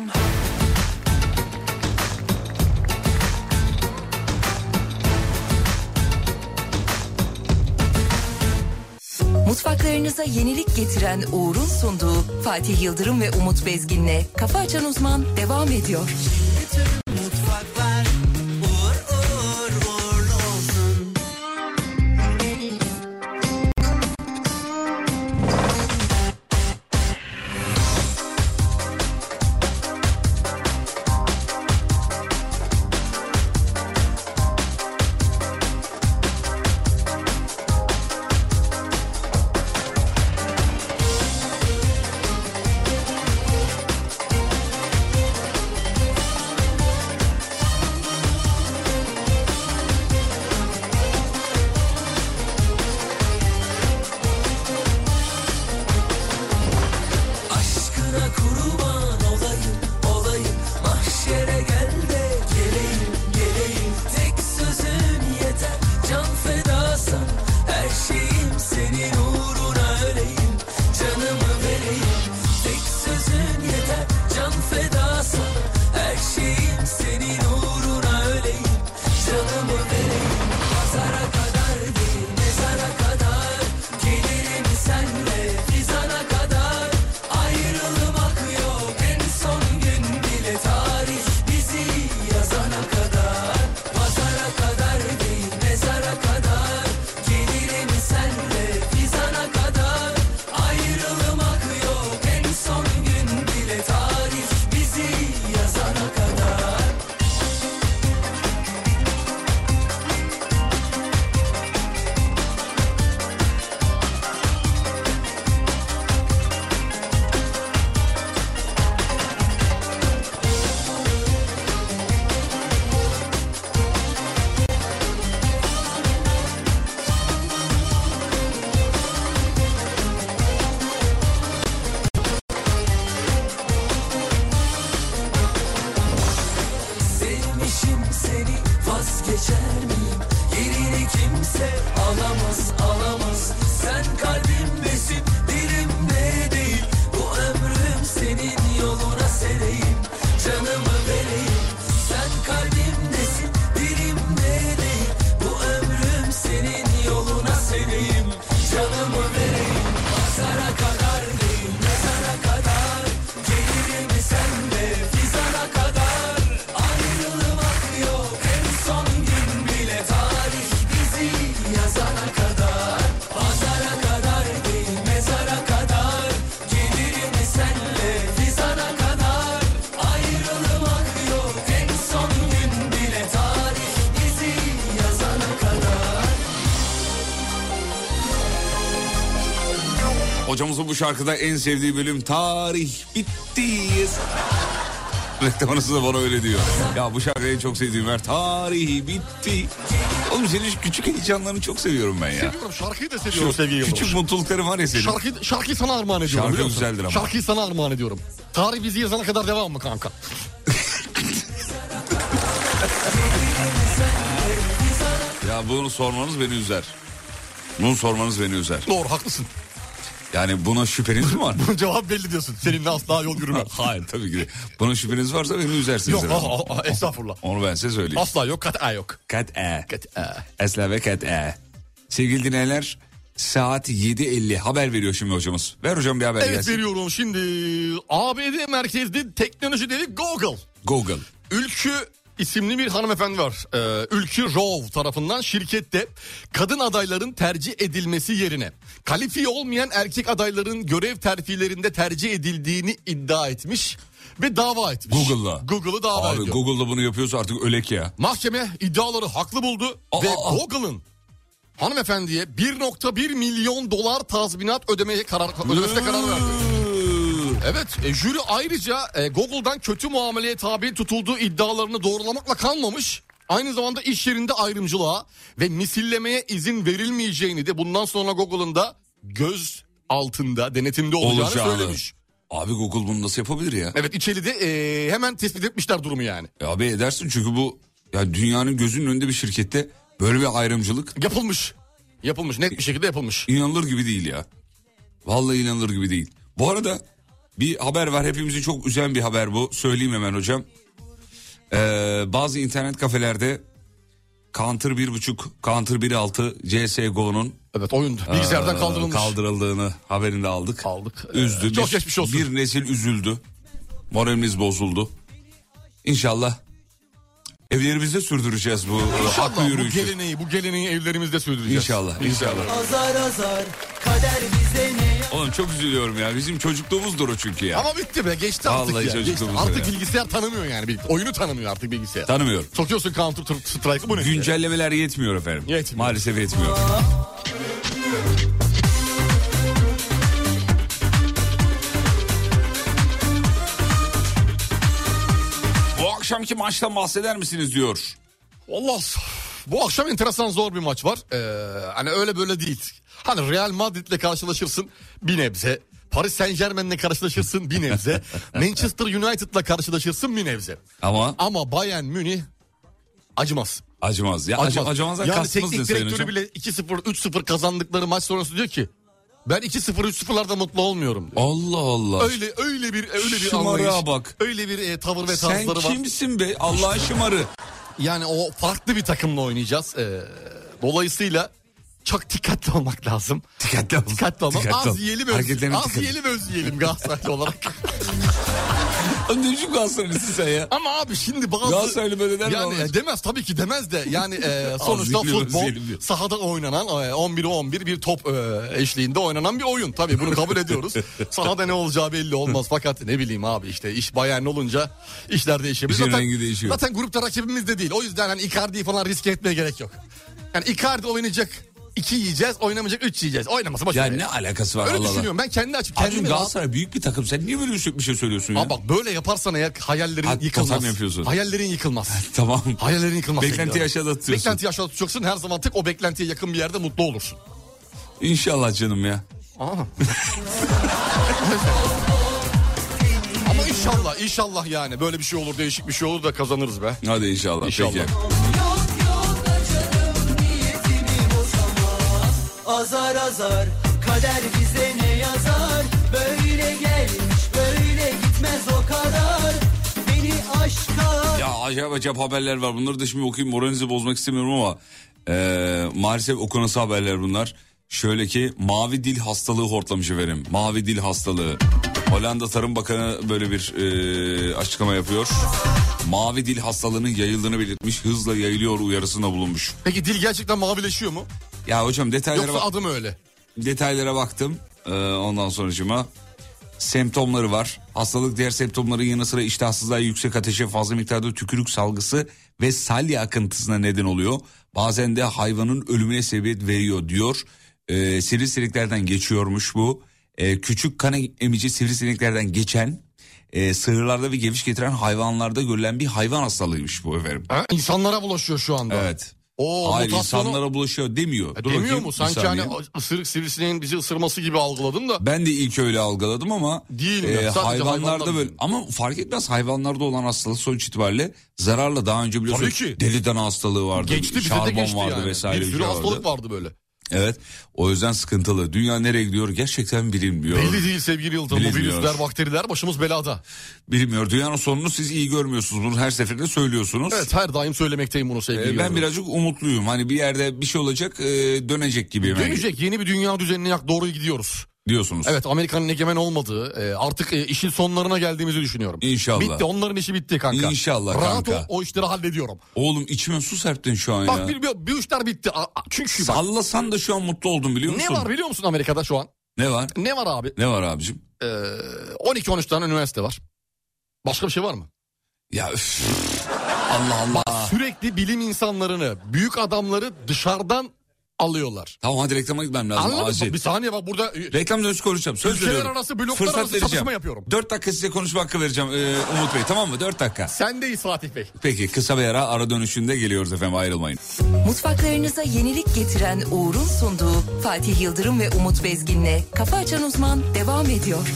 Mutfaklarınıza yenilik getiren Uğur'un sunduğu Fatih Yıldırım ve Umut Bezgin'le Kafa Açan Uzman devam ediyor. Mutfaklar uğur uğur uğurlu olsun. vereyim, canımı vereyim. Pazara kadar değil, mezara kadar. Gelirim sen de fizana kadar. Ayrılmak yok en son gün bile. Tarih bizi yazana kadar. Pazara kadar değil, mezara kadar. Gelirim senle fizana kadar. Ayrılmak yok en son gün bile. Tarih bizi yazana kadar. Hocamızın bu şarkıda en sevdiği bölüm tarih bitti. Reklam arasında bana öyle diyor. Ya bu şarkıyı en çok sevdiğim yer tarih bitti. Oğlum senin şu küçük heyecanlarını çok seviyorum ben ya. Seviyorum, şarkıyı da seviyorum Şu sevgili Yıldırım. küçük mutlulukları var ya senin. Şarkıyı, şarkıyı sana armağan ediyorum. Şarkı biliyor musun? güzeldir ama. Şarkıyı sana armağan ediyorum. Tarih bizi yazana kadar devam mı kanka? Ya bunu sormanız beni üzer. Bunu sormanız beni üzer. Doğru, haklısın. Yani buna şüpheniz mi var? Bunun cevabı belli diyorsun. Seninle asla yol yürümem. Hayır tabii ki de. Buna şüpheniz varsa beni üzersiniz. Yok, efendim. ah, ah, estağfurullah. Onu ben size söyleyeyim. Asla yok, kat'a yok. Kat-e. Kat'a. Esla ve kat-e. Sevgili dinleyenler, saat yedi elli haber veriyor şimdi hocamız. Ver hocam bir haber Evet gelsin. veriyorum şimdi. A B D merkezli teknoloji devi Google. Google. Ülkü isimli bir hanımefendi var. Ee, Ülkü Rov tarafından şirkette kadın adayların tercih edilmesi yerine kalifiye olmayan erkek adayların görev terfilerinde tercih edildiğini iddia etmiş ve dava etmiş. Google'la. Google'ı dava Abi ediyor. Google'da bunu yapıyorsa artık ölek ya. Mahkeme iddiaları haklı buldu Aa, ve aa. Google'ın hanımefendiye bir nokta bir milyon dolar tazminat ödemeye karar ödemesine karar verdi. Evet, e, jüri ayrıca e, Google'dan kötü muameleye tabi tutulduğu iddialarını doğrulamakla kalmamış. Aynı zamanda iş yerinde ayrımcılığa ve misillemeye izin verilmeyeceğini de bundan sonra Google'ın da göz altında, denetimde olacağını Olacağını. söylemiş. Abi Google bunu nasıl yapabilir ya? Evet, içeride e, hemen tespit etmişler durumu yani. E abi edersin çünkü bu ya dünyanın gözünün önünde bir şirkette böyle bir ayrımcılık Yapılmış. Yapılmış, net bir şekilde yapılmış. inanılır gibi değil ya. Vallahi inanılır gibi değil. Bu arada bir haber var, hepimizi çok üzen bir haber bu. Söyleyeyim hemen hocam. Ee, bazı internet kafelerde Counter bir buçuk, Counter bir altı C S G O'nun Evet, oyun bilgisayardan ee, kaldırılmış. kaldırıldığını haberini de aldık. Aldık. Üzdü. Ee, çok bir, geçmiş olsun. Bir nesil üzüldü. Moralimiz bozuldu. İnşallah evlerimizde sürdüreceğiz bu hakkı İnşallah bu yürüyüşü. geleneği, bu geleneği evlerimizde sürdüreceğiz. İnşallah, inşallah. Azar azar kader bize ne? Oğlum çok üzülüyorum ya. Bizim çocukluğumuzdur o çünkü ya. Ama bitti be, geçti artık Vallahi ya. Geçti. çocukluğumuz Artık ya. bilgisayar tanımıyor yani. Bir- Oyunu tanımıyor artık bilgisayar. Tanımıyorum. Sokuyorsun Counter Strike'ı, bu ne? Güncellemeler yetmiyor efendim. Yetmiyor. Maalesef yetmiyor. Bu akşamki maçtan bahseder misiniz diyor. Allah, bu akşam enteresan zor bir maç var. Ee, hani öyle böyle değil. Hani Real Madrid'le karşılaşırsın bir nebze. Paris Saint Germain'le karşılaşırsın bir nebze. Manchester United'la karşılaşırsın bir nebze. Ama Ama Bayern Münih acımaz. acımaz. Ya Acımaz. acı, acımazdan Yani kastımız ne teknik sayın direktörü hocam? bile iki sıfır üç sıfır kazandıkları maç sonrası diyor ki ben iki sıfır üç sıfırlarda mutlu olmuyorum diyor. Allah Allah. Öyle öyle bir öyle bir Şımarığa anlayış. bak. Öyle bir e, tavır ve Sen tarzları var. kimsin be? Allah'ın şımarı. Yani o farklı bir takımla oynayacağız. Ee, dolayısıyla çok dikkatli olmak lazım. Dikkatli ol. Dikkatli olmak. Dikkatli ol. Az yiyelim öz, Hareketlerine az dikkat et. yiyelim öz yiyelim Galatasaraylı olarak. Ne biçim Galatasaraylısın sen ya? Ama abi şimdi bazı... Galatasaraylı böyle der mi Yani Allah e, demez tabii ki demez de yani e, sonuçta yiyelim, öz futbol yiyelim diyor. sahada oynanan e, on bire on bir bir top e, eşliğinde oynanan bir oyun. Tabii bunu kabul ediyoruz. Sahada ne olacağı belli olmaz fakat ne bileyim abi işte iş Bayern olunca işler değişebilir. İşin Zaten, rengi değişiyor. zaten grupta rakibimiz de değil. O yüzden hani Icardi'yi falan riske etmeye gerek yok. Yani Icardi oynayacak iki yiyeceğiz, oynamayacak üç yiyeceğiz. Oynaması boş Ya ver ne alakası var Öyle Allah Allah. düşünüyorum. Ben kendi açıp Abicim kendimi rahat... Galatasaray büyük bir takım. Sen niye böyle bir şey söylüyorsun ya? Ama bak böyle yaparsan eğer hayallerin Ha, yıkılmaz. totem yapıyorsun. Hayallerin yıkılmaz. Tamam. Hayallerin yıkılmaz. Beklentiyi sevgili aşağıda adam. tutuyorsun. Beklentiyi aşağıda tutacaksın. Her zaman tık o beklentiye yakın bir yerde mutlu olursun. İnşallah canım ya. Aha. Ama inşallah inşallah yani böyle bir şey olur, değişik bir şey olur da kazanırız be. Hadi inşallah. İnşallah. Peki. Azar azar kader bize ne yazar? Böyle gelmiş böyle gitmez o kadar. Beni aşka... Ya acayip acayip haberler var. Bunları da şimdi okuyayım. Moralinizi bozmak istemiyorum ama e, maalesef okunası haberler bunlar. Şöyle ki mavi dil hastalığı hortlamış efendim. Mavi dil hastalığı. Hollanda Tarım Bakanı böyle bir e, açıklama yapıyor. Mavi dil hastalığının yayıldığını belirtmiş. Hızla yayılıyor uyarısında bulunmuş. Peki dil gerçekten mavileşiyor mu? Ya hocam detaylara Yoksa bak- adı mı öyle? detaylara baktım. Ee, ondan sonracığıma semptomları var. Hastalık diğer semptomların yanı sıra iştahsızlığa, yüksek ateşe, fazla miktarda tükürük salgısı ve salya akıntısına neden oluyor. Bazen de hayvanın ölümüne sebebiyet veriyor diyor. Ee, sivrisineklerden geçiyormuş bu. Ee, küçük kan emici sivrisineklerden geçen, e, sığırlarda ve geviş getiren hayvanlarda görülen bir hayvan hastalığıymış bu efendim. Ha, insanlara bulaşıyor şu anda. Evet. O Hayır, mutasyonu- insanlara bulaşıyor demiyor. E, Dur demiyor bakayım, mu? bir Sanki saniye. hani ısırık sivrisineğin bizi ısırması gibi algıladım da. Ben de ilk öyle algıladım ama Değil mi? e, Sadece hayvanlarda hayvanlar böyle mı? ama fark etmez, hayvanlarda olan hastalık sonuç itibariyle zararlı. Daha önce biliyorsun Tabii ki. deli dana hastalığı vardı. Geçti, bize de şarbon geçti vardı yani. vesaire Bir bir sürü şey hastalık vardı. vardı böyle. Evet, o yüzden sıkıntılı. Dünya nereye gidiyor gerçekten bilinmiyor. Belli değil sevgili Yıldırım. Bu Bilinmiyor. virüsler, bakteriler başımız belada. Bilinmiyor. Dünyanın sonunu siz iyi görmüyorsunuz. Bunu her seferinde söylüyorsunuz. Evet, her daim söylemekteyim bunu sevgili Ee, ben Yıldırım. birazcık umutluyum. Hani bir yerde bir şey olacak, e, dönecek gibi. hemen Dönecek, yeni bir dünya düzenine yak- doğru gidiyoruz. diyorsunuz. Evet, Amerika'nın egemen olmadığı, e, artık e, işin sonlarına geldiğimizi düşünüyorum. İnşallah. Bitti, onların işi bitti kanka. İnşallah Rahat kanka. ol, o işleri hallediyorum. Oğlum içime su serptin şu an Bak ya. bir, bir, bir işler bitti. A- a- Çünkü bak, Sallasan da şu an mutlu oldum biliyor musun? ne var biliyor musun Amerika'da şu an? Ne var? Ne var abi? Ne var abicim? Ee, on iki on üç tane üniversite var. Başka bir şey var mı? Ya üf. Allah Allah. Sürekli bilim insanlarını, büyük adamları dışarıdan alıyorlar. Tamam hadi reklama gitmem lazım. Anladın mı? Acil. Bir saniye bak burada e, Reklam dönüşü konuşacağım. Söz ülkeler veriyorum. arası, bloklar Fırsat arası vereceğim. çalışma yapıyorum. Dört dakika size konuşma hakkı vereceğim ee, Umut Bey, tamam mı? Dört dakika. Sendeyiz Fatih Bey. Peki kısa bir ara, ara dönüşünde geliyoruz efendim, ayrılmayın. Mutfaklarınıza yenilik getiren Uğur'un sunduğu Fatih Yıldırım ve Umut Bezgin'le Kafa Açan Uzman devam ediyor.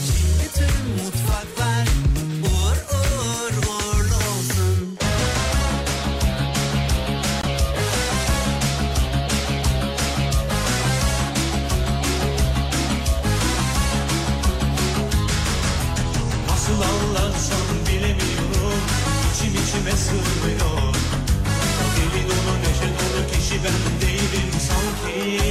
Nasıl anlatsam bilemiyorum, içim içime sığmıyor. Deli dolu neşe dolu kişi ben değilim sanki.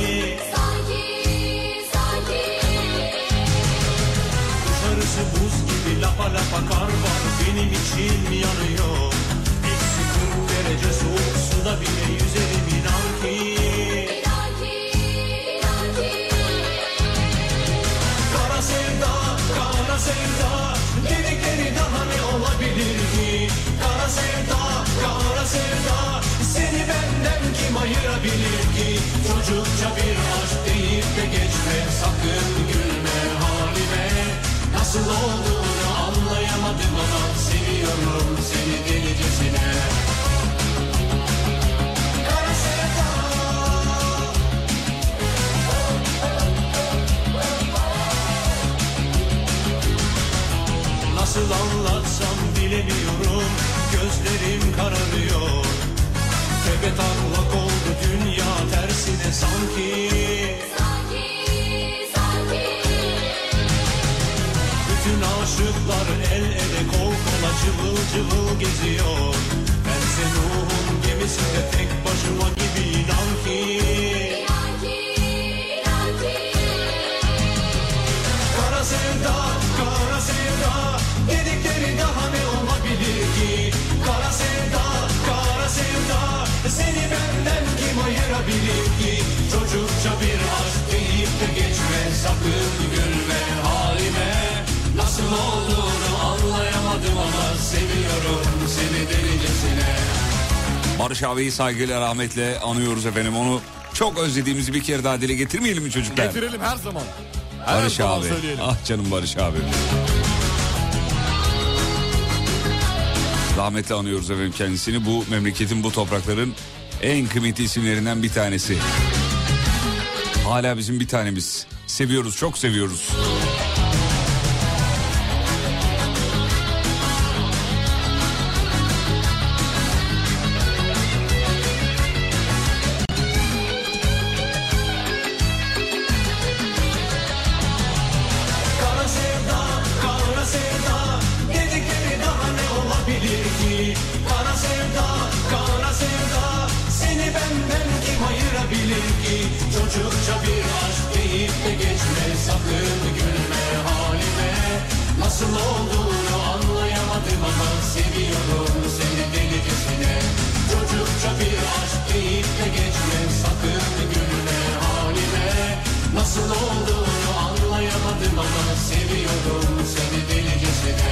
Dışarısı buz gibi, lapa lapa kar var, benim içim yanıyor. Eksi kırk derece soğuk suda bile yüzerim inan ki. Kara sevda, kara sevda, dedikleri daha ne olabilir ki? Kara sevda, kara sevda, seni benden kim ayırabilir ki? Çocukça bir aşk deyip de geçme, sakın gülme halime. Nasıl olduğunu anlayamadım ama seviyorum seni delicesine. Kara sevda. Nasıl anlatsam bilemiyorum, gözlerim kararıyor. Tepe tarlak oldu dünya tersine sanki. Bütün aşıklar el ele kol kola cıvıl cıvıl geziyor. Bense Nuh'un gemisinde tek başıma gibi inan ki. Kara sevda, kara sevda, dedikleri daha ne olabilir ki? Kara sevda, kara sevda, seni benden kim ayırabilir ki? Çocukça bir aşk deyip de geçme, sakın gülme halime. Nasıl olduğunu anlayamadım ama seviyorum seni delicesine. Barış abiyi saygıyla rahmetle anıyoruz efendim. Onu çok özlediğimizi bir kere daha dile getirmeyelim mi çocuklar? Getirelim her zaman. Her Barış zaman abi. söyleyelim. Ah canım Barış abi. Rahmetle anıyoruz efendim kendisini. Bu memleketin, bu toprakların en kıymetli isimlerinden bir tanesi. Hala bizim bir tanemiz. Seviyoruz, çok seviyoruz. Kara sevda, kara sevda, dedikleri daha ne olabilir ki? Kara sevda, kara sevda, seni benden kim ayırabilir ki? Çocukça bir aşk de geçme, sakın gülme halime. Nasıl olduğunu anlayamadım ama seviyorum seni delicesine. Çocukça bir aşk deyip de geçme, sakın gülme halime. Nasıl olduğunu anlayamadım ama seviyorum seni delicesine.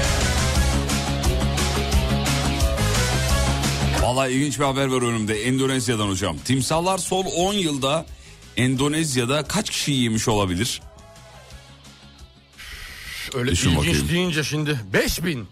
Vallahi ilginç bir haber var önümde Endonezya'dan hocam. Timsahlar son on yılda Endonezya'da kaç kişi yemiş olabilir? Öyle Düşün ilginç bakayım. deyince şimdi beş bin.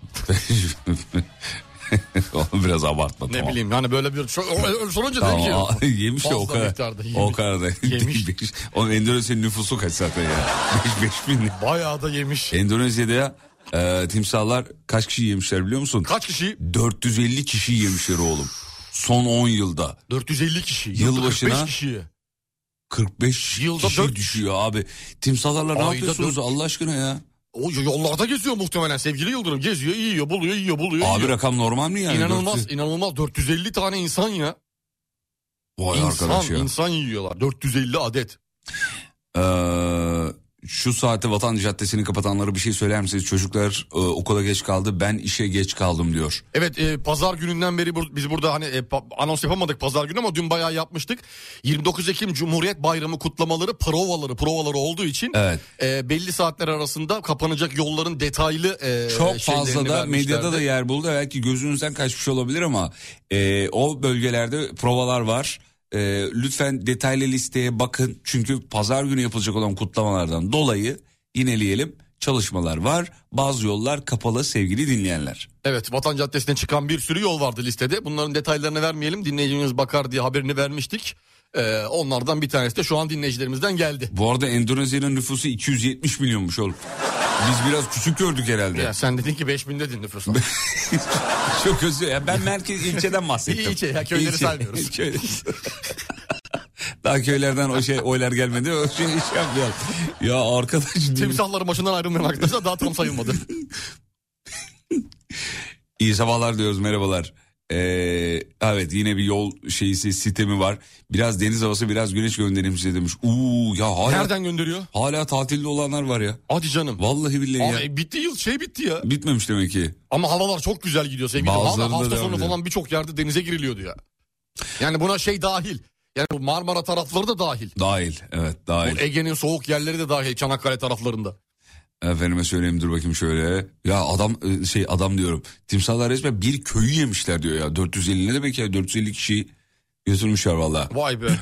Onu biraz abartma Ne tamam. bileyim yani böyle bir çok öyle sorunca Tamam, değil ki. aa, yemiş de o Fazla kadar. miktarda yemiş. O kadar da. Yemiş. Onun Endonezya'nın nüfusu kaç zaten ya? beş bin. Bayağı da yemiş. Endonezya'da e, timsahlar kaç kişi yemişler biliyor musun? Kaç kişi? dört yüz elli kişi yemişler oğlum. Son on yılda. dört yüz elli kişi. Yılbaşına- kırk beş kişiye. kırk beş Yılda kişi dört- düşüyor abi. Timsahlarla ne Ayda yapıyorsunuz dört- Allah aşkına ya? O yollarda geziyor muhtemelen sevgili Yıldırım. Geziyor, yiyor, buluyor, yiyor, buluyor, Abi yiyor. rakam normal mi yani? İnanılmaz, dört yüz inanılmaz. dört yüz elli tane insan ya. Vay İnsan, arkadaş ya. insan yiyorlar. dört yüz elli adet. Ee, şu saatte Vatan Caddesi'ni kapatanlara bir şey söyler misiniz? Çocuklar e, okula geç kaldı, ben işe geç kaldım diyor. Evet, e, pazar gününden beri bur- biz burada hani e, pa- anons yapamadık pazar günü ama dün bayağı yapmıştık. yirmi dokuz Ekim Cumhuriyet Bayramı kutlamaları provaları provaları olduğu için Evet. e, belli saatler arasında kapanacak yolların detaylı e, Çok şeylerini fazla da vermişlerdi. medyada da yer buldu. Belki gözünüzden kaçmış olabilir ama e, o bölgelerde provalar var. E, lütfen detaylı listeye bakın. Çünkü pazar günü yapılacak olan kutlamalardan dolayı yineleyelim, çalışmalar var. Bazı yollar kapalı sevgili dinleyenler. Evet, Vatan Caddesi'ne çıkan bir sürü yol vardı listede. Bunların detaylarını vermeyelim. Dinleyicimiz bakar diye haberini vermiştik. Ee, onlardan bir tanesi de şu an dinleyicilerimizden geldi. Bu arada Endonezya'nın nüfusu iki yüz yetmiş milyonmuş oğlum. Biz biraz küçük gördük herhalde. Ya sen dedin ki beş bin dedin nüfusu. Çok özür ya ben merkez ilçeden bahsettim. İlçe ya, köyleri saymıyoruz. Köy- Daha köylerden o şey oylar gelmedi. O şey iş yapmayalım. Ya arkadaş. Timsahların başından ayrılmayan arkadaşlar daha tam sayılmadı. İyi sabahlar diyoruz, merhabalar. Ee, evet yine bir yol şeysi sistemi var. Biraz deniz havası, biraz güneş gönderim size demiş. Uuu ya hala Nereden gönderiyor? hala tatilde olanlar var ya. Hadi canım. Vallahi billahi ya. Abi bitti yıl şey bitti ya. Bitmemiş demek ki. Ama havalar çok güzel gidiyor sevgili. Bazılarında Valla hafta devam sonu ediyor. falan birçok yerde denize giriliyordu ya. Yani buna şey dahil. Yani bu Marmara tarafları da dahil. Dahil evet dahil. Bu Ege'nin soğuk yerleri de dahil Çanakkale taraflarında. Efendime söyleyeyim dur bakayım şöyle. Ya adam şey adam diyorum. Timsahlar resmen bir köyü yemişler diyor ya. dört yüz elli ne demek ya? dört yüz elli kişiyi götürmüşler valla. Vay be.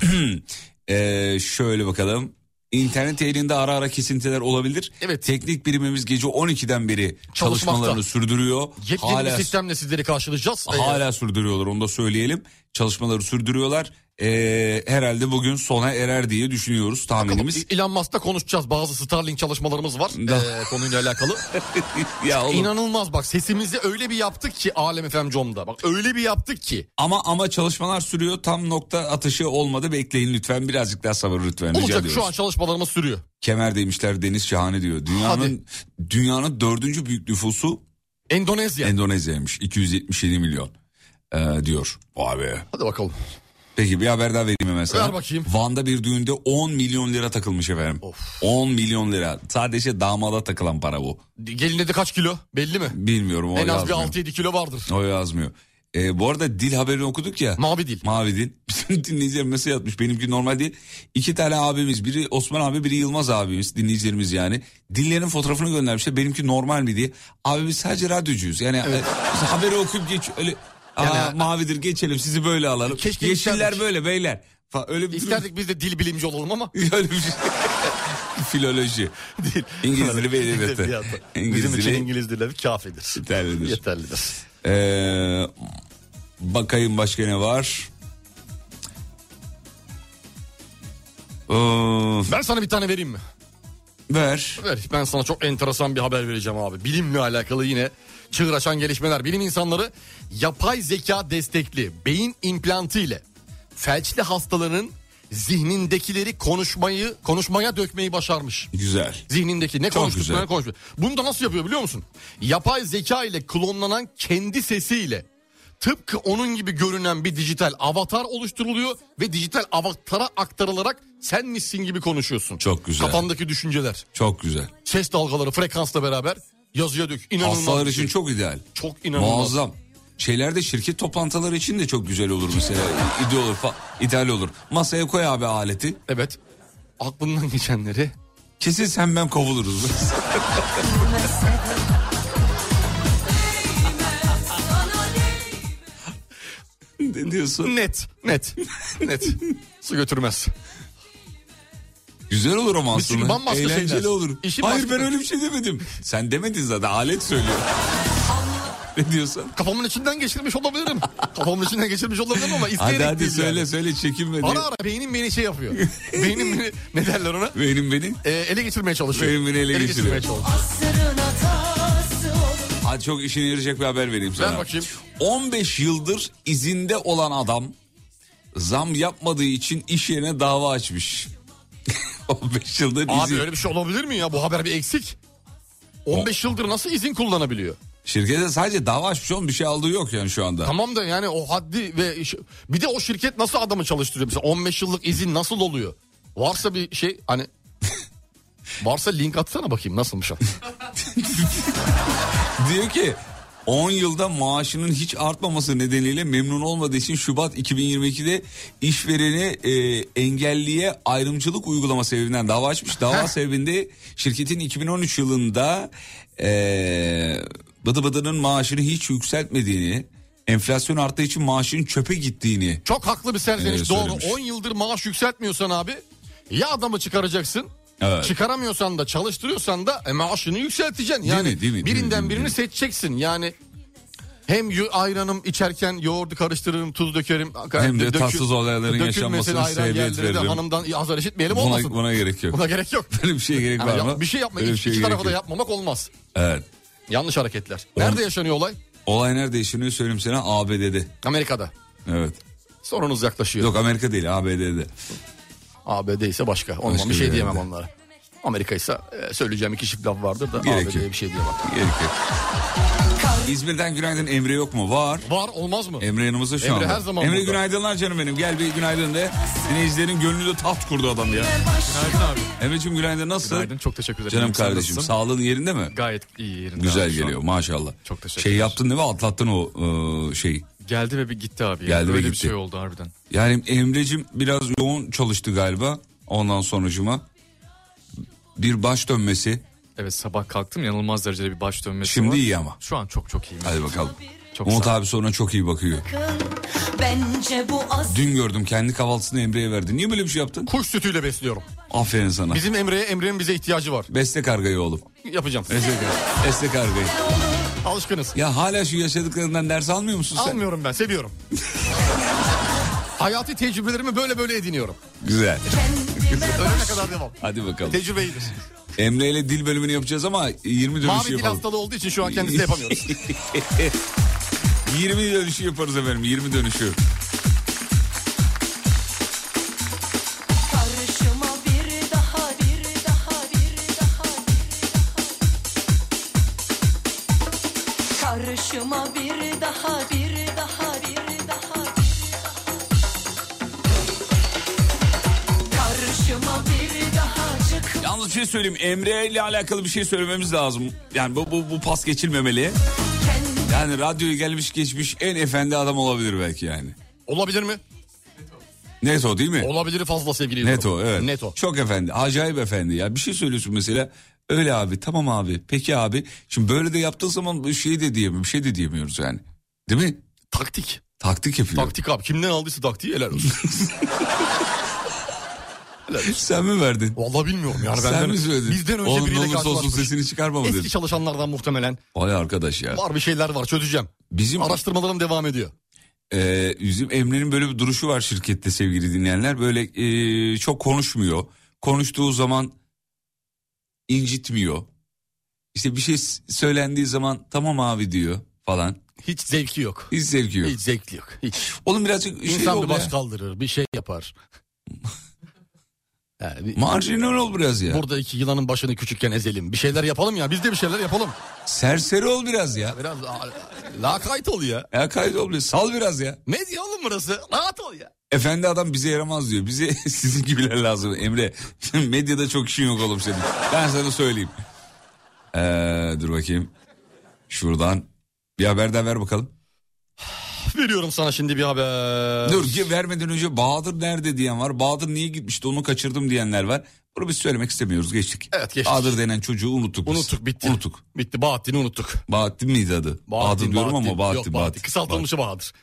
ee, şöyle bakalım. İnternet yayınında ara ara kesintiler olabilir. Evet. Teknik birimimiz gece on ikiden beri Çalışmakta. çalışmalarını sürdürüyor. Yepyeni Hala, bir sistemle sizleri karşılayacağız. hala sürdürüyorlar, onu da söyleyelim. Çalışmaları sürdürüyorlar. Ee, herhalde bugün sona erer diye düşünüyoruz, tahminimiz. Elon Musk'ta konuşacağız. Bazı Starlink çalışmalarımız var Da- ee, konuyla alakalı. Ya oğlum. İnanılmaz bak, sesimizi öyle bir yaptık ki Alem F M Com'da. Bak öyle bir yaptık ki. Ama ama çalışmalar sürüyor. Tam nokta atışı olmadı. Bekleyin lütfen. Birazcık daha sabır lütfen. Rica Olacak, ediyoruz. şu an çalışmalarımız sürüyor. Kemer demişler, deniz şahane diyor. Dünyanın dünyanın dördüncü büyük nüfusu Endonezya. Endonezya'ymış. iki yüz yetmiş yedi milyon ee, diyor. Vay be. Hadi bakalım. Peki bir haber daha vereyim hemen sana. Ver bakayım. Van'da bir düğünde on milyon lira takılmış efendim. Of. on milyon lira. Sadece damada takılan para bu. Gelinde de kaç kilo belli mi? Bilmiyorum o En az bir yazmıyor. altı yedi kilo vardır. O yazmıyor. Ee, bu arada dil haberini okuduk ya. Mavi dil. Mavi dil. Bizim dinleyicilerim mesaj atmış. Benimki normal değil. İki tane abimiz. Biri Osman abi, biri Yılmaz abimiz. Dinleyicilerimiz yani. Dillerin fotoğrafını göndermişler. Benimki normal mi diye. Abi biz sadece radyocuyuz. Yani Evet. e, haberi okuyup geç öyle. Aa, Yani- mavidir geçelim, sizi böyle alalım. Keşke Yeşiller isterdik. böyle beyler. Fa- öyle bir durum- İsterdik biz de dil bilimci olalım ama. Öyle bir şey. Filoloji. Değil. İngiliz dili ve edebiyatı. Edebiyatı. İngiliz Bizim için dili İngiliz dili kafidir. yeterlidir. Yeterlidir. Ee, bakayım başka ne var? Of, Ben sana bir tane vereyim mi? ver. Ver. Ben sana çok enteresan bir haber vereceğim abi. Bilimle alakalı yine çığır açan gelişmeler. Bilim insanları yapay zeka destekli beyin implantı ile felçli hastaların zihnindekileri konuşmayı konuşmaya dökmeyi başarmış. Güzel. Zihnindeki ne Çok konuştuklarını güzel. konuşuyor. Bunu da nasıl yapıyor biliyor musun? Yapay zeka ile klonlanan kendi sesiyle tıpkı onun gibi görünen bir dijital avatar oluşturuluyor ve dijital avatara aktarılarak senmişsin gibi konuşuyorsun. Çok güzel. Kafandaki düşünceler, Çok güzel. ses dalgaları, frekansla beraber yazıya dök. İnanılmaz. Hastalar bir için şey. çok ideal. Çok inanılmaz. Muazzam. Şeylerde şirket toplantıları için de çok güzel olur mesela. İdeal olur, fa- ideal olur. Masaya koy abi aleti. Evet. Aklından geçenleri. Kesin sen ben kovuluruz. Ne diyorsun? Net, net, net. Su götürmez. Güzel olur ama Biz çünkü aslında. bambaşka Eğlenceli şeyler. olur. İşi Hayır başka- ben öyle bir şey demedim. Sen demedin zaten, alet söylüyor. Ne diyorsun? Kafamın içinden geçirmiş olabilirim. Kafamın içinden geçirmiş olabilirim ama isteyerek Hadi hadi değil söyle yani. söyle çekinme diye. Ara ara beynim beni şey yapıyor. Beynim beni, ne derler ona? Benim benim. Ee, ele geçirmeye çalışıyor. Beynim beni ele geçiriyor. çalışıyor. Hadi çok işine yarayacak bir haber vereyim sana. Ver bakayım. on beş yıldır izinde olan adam zam yapmadığı için iş yerine dava açmış. on beş yıldır Abi izin. öyle bir şey olabilir mi ya? Bu haber bir eksik. on beş yıldır nasıl izin kullanabiliyor? Şirkete sadece dava açmış oğlum, bir şey aldığı yok yani şu anda. Tamam da yani o haddi ve iş- bir de o şirket nasıl adamı çalıştırıyor? Mesela on beş yıllık izin nasıl oluyor? Varsa bir şey hani varsa link atsana bakayım nasılmış o. Diyor ki on yılda maaşının hiç artmaması nedeniyle memnun olmadığı için Şubat iki bin yirmi ikide işvereni e, engelliye ayrımcılık uygulama sebebinden dava açmış. Dava sebebinde şirketin iki bin on üç yılında e, Bıdı Bıdı'nın maaşını hiç yükseltmediğini, enflasyon arttığı için maaşının çöpe gittiğini. Çok haklı bir serzeniş, Evet, doğru. söylemiş. on yıldır maaş yükseltmiyorsan abi ya adamı çıkaracaksın. Evet. Çıkaramıyorsan da çalıştırıyorsan da e, maaşını yükselteceksin. Yani mi, değil mi, değil mi, birinden değil mi, birini değil mi? seçeceksin. Yani hem yu- ayranım içerken yoğurdu karıştırırım, tuz dökerim. Hem de Dökül- tatsız olayların dökülmesin yaşanmasına ayran sebebiyet yerleri de veririm. hanımdan azar işitmeyelim Buna, olmasın. buna gerek yok. Buna gerek yok. Böyle bir şeye gerek Yani var ya- mı? bir şey yapmak, Böyle bir iki, şeye iki gerek tarafa da yok. yapmamak olmaz. Evet. Yanlış hareketler. Nerede yaşanıyor olay? Olay nerede yaşanıyor söyleyeyim sana, A B D'de. Amerika'da. Evet. Sorunuz yaklaşıyor. Yok Amerika değil, A B D'de. A B D ise başka. Ondan Başka bir şey bir diyemem yerde. onlara. Amerika ise e, söyleyeceğim iki çift laf vardır da Gerek A B D'ye yok. bir şey diyemem. Gerek yok. İzmir'den günaydın, Emre yok mu? Var. Var olmaz mı? Emre yanımızda şu Emre anda. her zaman Emre burada. günaydınlar canım benim. Gel bir günaydın de. Dinleyicilerin gönlünde taht kurdu adam ya. Günaydın abi. Emre'ciğim günaydın, nasılsın? Günaydın, çok teşekkür ederim. Canım Sen kardeşim, nasılsın? sağlığın yerinde mi? Gayet iyi yerinde. Güzel abi şu an. geliyor maşallah. Çok teşekkür Şey ederim. yaptın değil mi? Atlattın o e, şeyi. Geldi ve bir gitti abi. Geldi ve Öyle bir gitti. şey oldu harbiden. Yani Emre'cim biraz yoğun çalıştı galiba. Ondan sonucuma bir baş dönmesi. Evet, sabah kalktım, yanılmaz derecede bir baş dönmesi Şimdi var. iyi ama. Şu an çok çok iyiyim. Hadi bakalım. Çok Umut sağ ol. abi sonra çok iyi bakıyor. Bence bu az. Dün gördüm kendi kahvaltısını Emre'ye verdi. Niye böyle bir şey yaptın? Kuş sütüyle besliyorum. Aferin sana. Bizim Emre'ye, Emre'nin bize ihtiyacı var. Besle kargayı oğlum. Yapacağım. Besle kargayı. Besle kargayı. Alışkınız. Ya hala şu yaşadıklarından ders almıyor musun sen? Almıyorum ben, seviyorum. Hayati tecrübelerimi böyle böyle ediniyorum. Güzel. Ölene kadar devam. Hadi bakalım. Tecrübe iyidir. Emre ile dil bölümünü yapacağız ama yirmi dönüşü Mavi dil yapalım. hastalığı olduğu için şu an kendisi de yapamıyoruz. yirmi dönüşü yaparız efendim, yirmi dönüşü. Karşıma bir daha bir daha bir daha Karşıma bir daha bir daha bir daha Karşıma bir daha çık. Yalnız bir şey söyleyeyim, Emre ile alakalı bir şey söylememiz lazım. Yani bu, bu, bu pas geçilmemeli. Yani radyoya gelmiş geçmiş en efendi adam olabilir belki yani. Olabilir mi? Neto değil mi? Olabilir fazla sevgili yıldırım. Neto evet. Neto. Çok efendi, acayip efendi ya. Bir şey söylüyorsun mesela. Öyle abi, tamam abi, peki abi. Şimdi böyle de yaptığı zaman bir şey de diyemiyor, bir şey de diyemiyoruz yani. Değil mi? Taktik. Taktik yapıyor. Taktik abi. Kimden aldıysa taktiği helal olsun. helal olsun. Sen mi verdin? Vallahi bilmiyorum yani. Sen benden, mi söyledin? Bizden önce Oğlum ne biriyle olursa olsun karşılaşmış. sesini çıkarma mı Eski dedin? çalışanlardan muhtemelen. Vay arkadaş ya. Var bir şeyler var, çözeceğim. Bizim Araştırmalarım devam ediyor. Ee, bizim Emre'nin böyle bir duruşu var şirkette sevgili dinleyenler. Böyle e, çok konuşmuyor. Konuştuğu zaman incitmiyor. İşte bir şey s- söylendiği zaman tamam abi diyor falan. Hiç zevki yok. Hiç zevki yok. Hiç zevkli yok. Hiç. Oğlum birazcık şey İnsan oldu bir baş ya. kaldırır, bir şey yapar. Yani marjinal ol biraz ya. Burada iki yılanın başını küçükken ezelim. Bir şeyler yapalım ya. Biz de bir şeyler yapalım. Serseri ol biraz ya. Biraz lakayt ol ya. Ya kayıt ol biraz. Sal biraz ya. Medya oğlum burası. Rahat ol ya. Efendi adam bize yaramaz diyor. Bize sizin gibiler lazım Emre. Medyada çok işin yok oğlum senin. Ben sana söyleyeyim. Ee, dur bakayım. Şuradan bir haber daha ver bakalım. Veriyorum sana şimdi bir haber. Dur vermeden önce Bahadır nerede diyen var. Bahadır niye gitmişti onu kaçırdım diyenler var. Bunu biz söylemek istemiyoruz, geçtik. Evet, geçtik. Bahadır denen çocuğu unuttuk biz. Unuttuk, bitti. Unuttuk. Bitti, Bahattin'i unuttuk. Bahattin miydi adı? Bahattin, Bahadır diyorum Bahattin. ama Bahattin. Yok, Bahattin. Bahattin. Kısaltılmışı Bahadır.